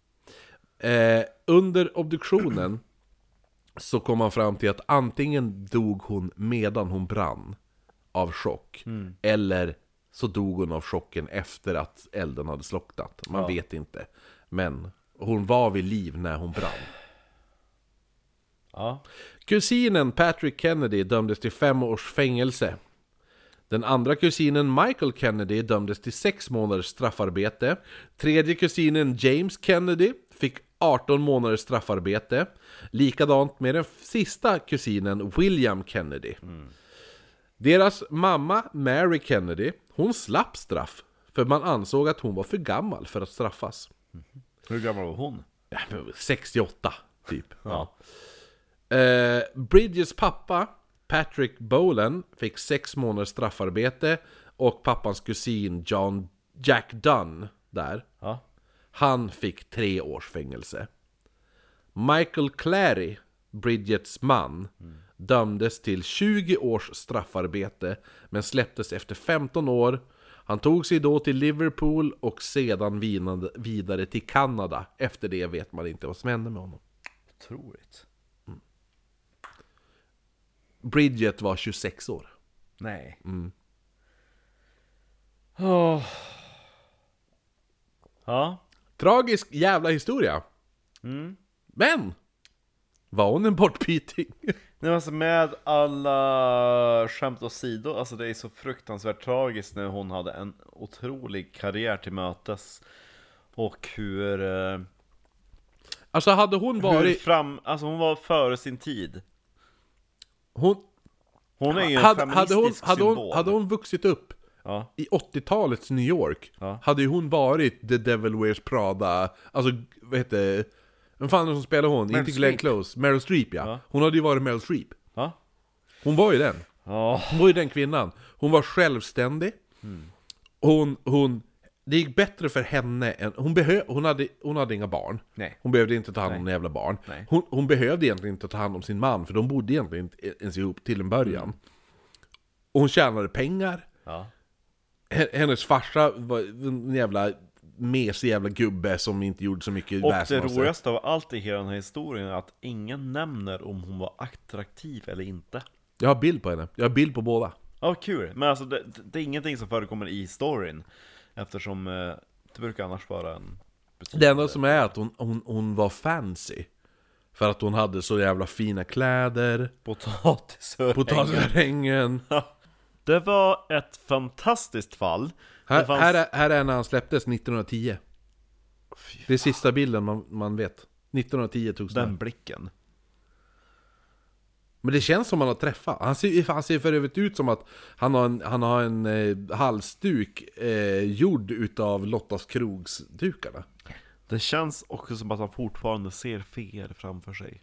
Under obduktionen så kom man fram till att antingen dog hon medan hon brann av chock, eller så dog hon av chocken efter att elden hade slocknat. Man vet inte. Men hon var vid liv när hon brann. Kusinen Patrick Kennedy dömdes till 5 års fängelse. Den andra kusinen Michael Kennedy dömdes till 6 månaders straffarbete. Tredje kusinen James Kennedy fick 18 månaders straffarbete. Likadant med den sista kusinen William Kennedy. Deras mamma Mary Kennedy, hon slapp straff, för man ansåg att hon var för gammal för att straffas. Hur gammal var hon? 68 typ. Bridges pappa Patrick Bolan fick 6 månaders straffarbete. Och pappans kusin Jack Dunn där, han fick 3 års fängelse. Michael Clary, Bridgets man, dömdes till 20 års straffarbete, men släpptes efter 15 år. Han tog sig då till Liverpool och sedan vidare till Kanada. Efter det vet man inte vad som hände med honom. Otroligt. Bridget var 26 år. Nej. Tragisk jävla historia. Men var hon en bortbyting? Nej, alltså med alla skämt åsido, alltså det är så fruktansvärt tragiskt när hon hade en otrolig karriär till mötes. Och hur... Alltså hade hon varit... Alltså hon var före sin tid. Hon är ju en feministisk symbol. Hade hon vuxit upp i 80-talets New York, hade ju hon varit The Devil Wears Prada. Alltså, vad heter... Vem fan är det som spelar hon? Meryl Inte Glenn Streep. Close. Meryl Streep, ja. Hon hade ju varit Meryl Streep. Hon var ju den. Hon var ju den kvinnan. Hon var självständig. Det gick bättre för henne än... Hon hade inga barn. Nej. Hon behövde inte ta hand om några jävla barn. Hon behövde egentligen inte ta hand om sin man, för de bodde egentligen inte ens ihop till en början. Och hon tjänade pengar. Hennes farsa var en jävla mesig jävla gubbe som inte gjorde så mycket väsen. Och det roligaste av allt i hela den här historien är att ingen nämner om hon var attraktiv eller inte. Jag har bild på henne. Jag har bild på båda. Ja, kul. Men alltså det är ingenting som förekommer i storyn, eftersom det brukar annars vara en... Det enda som är att hon var fancy. För att hon hade så jävla fina kläder. Potatisörhängen. Det var ett fantastiskt fall. Här är när han släpptes 1910. Det är sista bilden man vet. 1910 togs den blicken. Men det känns som han har träffat. Han ser för övrigt ut som att han har en halsduk gjord utav Lottas krogsdukarna. Det känns också som att han fortfarande ser feer framför sig.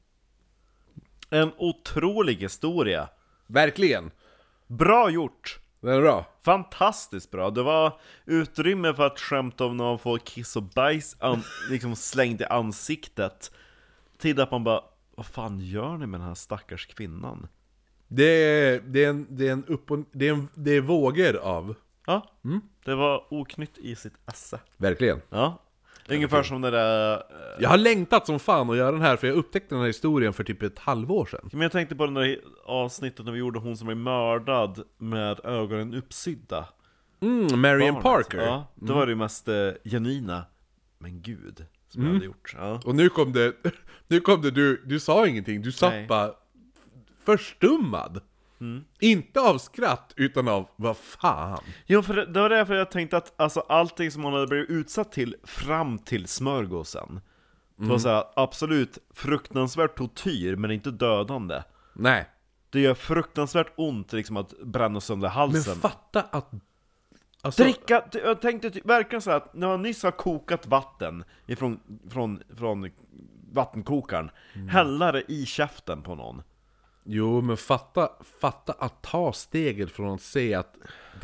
En otrolig historia. Verkligen. Bra gjort. Det är bra. Fantastiskt bra. Det var utrymme för att skämta om när man får kiss och bajs liksom slängd i ansiktet. Till att man bara, vad fan gör ni med den här stackars kvinnan? Det är vågor av Ja, det var oknytt i sitt esse. Verkligen. Ja, ungefär som det där... Jag har längtat som fan att göra den här, för jag upptäckte den här historien för typ ett halvår sedan. Men jag tänkte på den där avsnittet när vi gjorde hon som blev mördad med ögonen uppsydda. Marion Barnet. Parker. Ja, då var det ju mest genuina. Men gud, som jag hade gjort. Ja. Och nu kom det du sa ingenting, du satt Nej. bara förstummad. Inte av skratt, utan av vad fan. Jo, för det var därför jag tänkte att alltså, allting som hon hade blivit utsatt till fram till smörgåsen, det var så här, absolut fruktansvärt tortyr, men inte dödande. Nej. Det gör fruktansvärt ont liksom att bränna sönder Men halsen. fatta att... Alltså, Dricka, jag tänkte verkligen så här att när man nyss har kokat vatten från vattenkokaren, hälla det i käften på någon. jo, men fatta att ta steget från att se att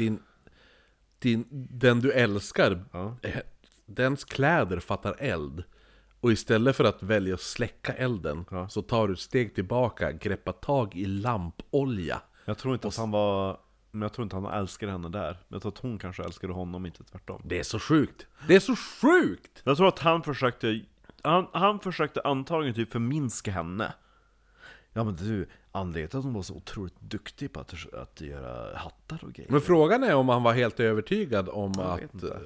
den du älskar, dens kläder fattar eld. Och istället för att välja att släcka elden, så tar du ett steg tillbaka, greppar tag i lampolja. Jag tror inte att han var... Men jag tror inte han älskade henne där. Jag tror att hon kanske älskade honom, inte tvärtom. Det är så sjukt! Det är så sjukt! Jag tror att han försökte antagligen typ förminska henne. Ja men du, anledningen till att hon var så otroligt duktig på att göra hattar och grejer. Men frågan är om han var helt övertygad om Jag att... vet inte.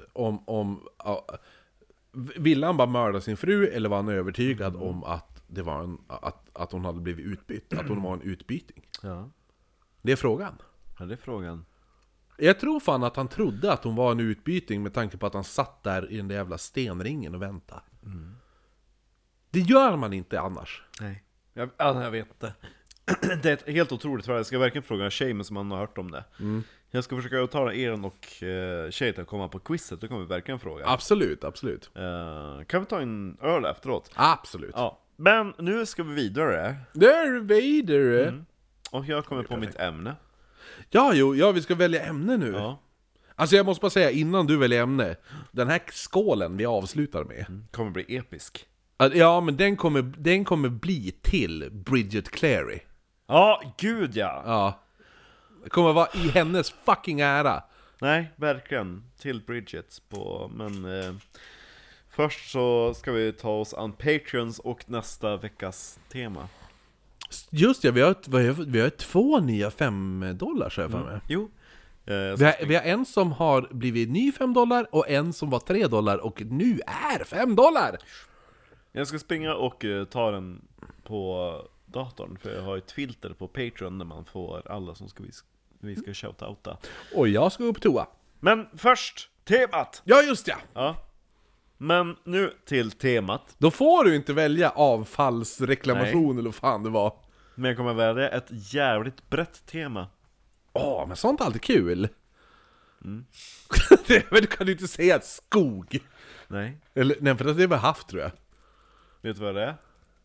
Ville han bara mörda sin fru, eller var han övertygad om att det var att hon hade blivit utbytt? Att hon var en utbyting? Ja, Det är frågan. ja det är frågan. Jag tror fan att han trodde att hon var en utbyting med tanke på att han satt där i den där jävla stenringen och väntade. Det gör man inte annars. Nej, jag vet inte. Det är helt otroligt, för jag ska verkligen fråga en tjej men som man har hört om det. Jag ska försöka ta Eron och tjej att komma på quizet, då kommer vi verkligen fråga. Absolut. Kan vi ta en öl efteråt? Absolut. Ja, men nu ska vi vidare. Där vidare. Och jag kommer på mitt ämne. Ja, vi ska välja ämne nu. Ja, Alltså jag måste bara säga, innan du väljer ämne, den här skålen vi avslutar med. kommer bli episk. Ja, men den kommer bli till Bridget Clary. Ja, gud ja! Ja. Det kommer vara i hennes fucking ära. Nej, verkligen. Till Bridget men först så ska vi ta oss an Patreons och nästa veckas tema. Just ja, vi har 2 nya $5 så här för mig. Jo. Vi har en som har blivit ny $5 och en som var $3 och nu är $5. Jag ska springa och ta den på datorn, för jag har ett filter på Patreon där man får alla som vi ska shoutouta. Och jag ska upp toa. Men först, temat! Ja, just ja! Ja. Men nu till temat. Då får du inte välja avfallsreklamation eller vad fan det var. Men jag kommer välja ett jävligt brett tema. Men sånt är alltid kul. Men du kan ju inte säga skog. Nej. Eller, nej, för det har vi haft, tror jag. Vet du vad det är?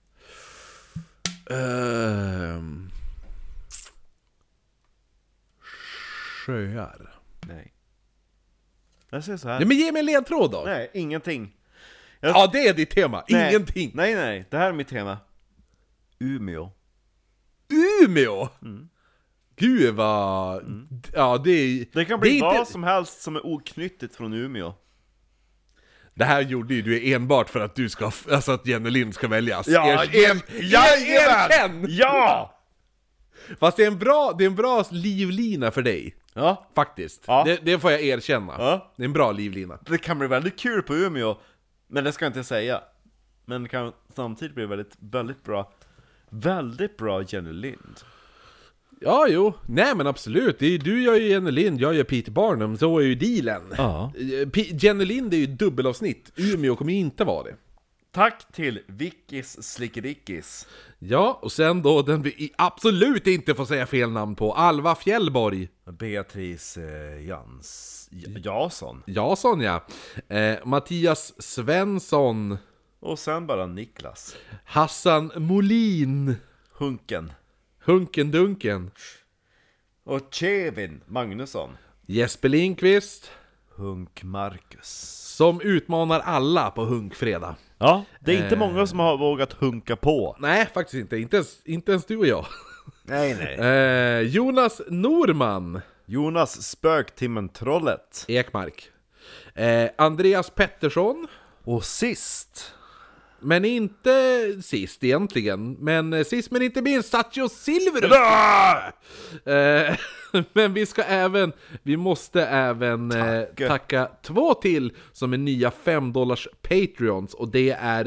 Sjöar. Nej. Jag säger så här. Ja, men ge mig en ledtråd då. Nej, ingenting. Ja, det är ditt tema. Nej. Ingenting. Nej, det här är mitt tema. Umeå. Umeå! Gud vad... Ja, Det kan bli det är vad inte... som helst som är oknyttigt från Umeå. Det här gjorde ju du enbart för att du ska... Alltså att Jenny Lind ska väljas. Jajamän! Ja! Fast det är en bra livlina för dig. Ja, Faktiskt. Ja. Det får jag erkänna. Ja. Det är en bra livlina. det kan bli väldigt kul på Umeå. Men det ska jag inte säga. Men det kan samtidigt bli väldigt bra Jenny Lind. Ja, jo. Nej, men absolut. Du gör ju Jenny Lind, jag gör Peter Barnum. Så är ju dealen. Ja. Jenny Lind är ju dubbelavsnitt. Umeå kommer ju inte vara det. Tack till Vickis Slickerickis. Ja, och sen då den vi absolut inte får säga fel namn på. Alva Fjällborg. Beatrice Jansson. Jason, ja. Mattias Svensson. Och sen bara Niklas. Hassan Molin. Hunken Dunken. Och Kevin Magnusson. Jesper Lindqvist. Hunk Marcus. Som utmanar alla på Hunkfredag. Ja, det är inte många som har vågat hunka på. Nej, faktiskt inte. Inte ens du och jag. Nej. Jonas Norman. Jonas Spöktimmen Trollet. Ekmark. Andreas Pettersson. Och sist, Men inte sist egentligen. Men sist men inte minst, Satcho Silverus. Men vi måste även tacka 2 till som är nya $5 Patreons. Och det är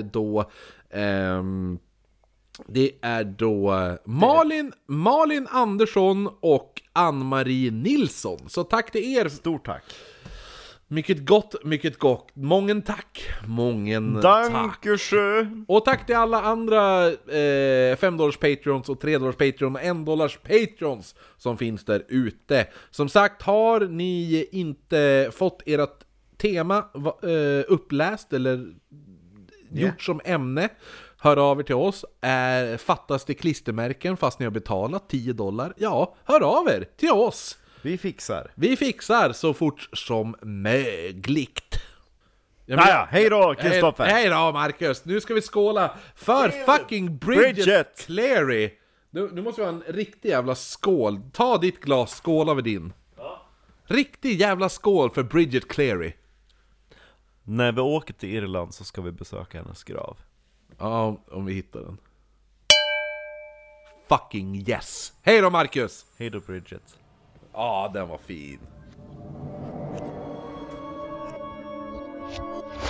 då Malin Andersson och Ann-Marie Nilsson. Så tack till er. stort tack. Mycket gott. Mången tack. Dankeschön. Och tack till alla andra $5 Patreons och $3 Patreon och $1 Patreons som finns där ute. Som sagt, har ni inte fått ert tema uppläst eller gjort som ämne, hör av er till oss. Fattas det klistermärken fast ni har betalat $10? Ja, hör av er till oss. Vi fixar Så fort som möjligt. Naja, hej då Kristoffer. Hej då Marcus. Nu ska vi skåla för fucking Bridget Clary. Nu måste vi ha en riktig jävla skål. Ta ditt glas, skål över din. Riktig jävla skål för Bridget Clary. När vi åker till Irland så ska vi besöka hennes grav. Ja, om vi hittar den. Fucking yes. Hej då Marcus. Hej då Bridget. Ja, den var fin.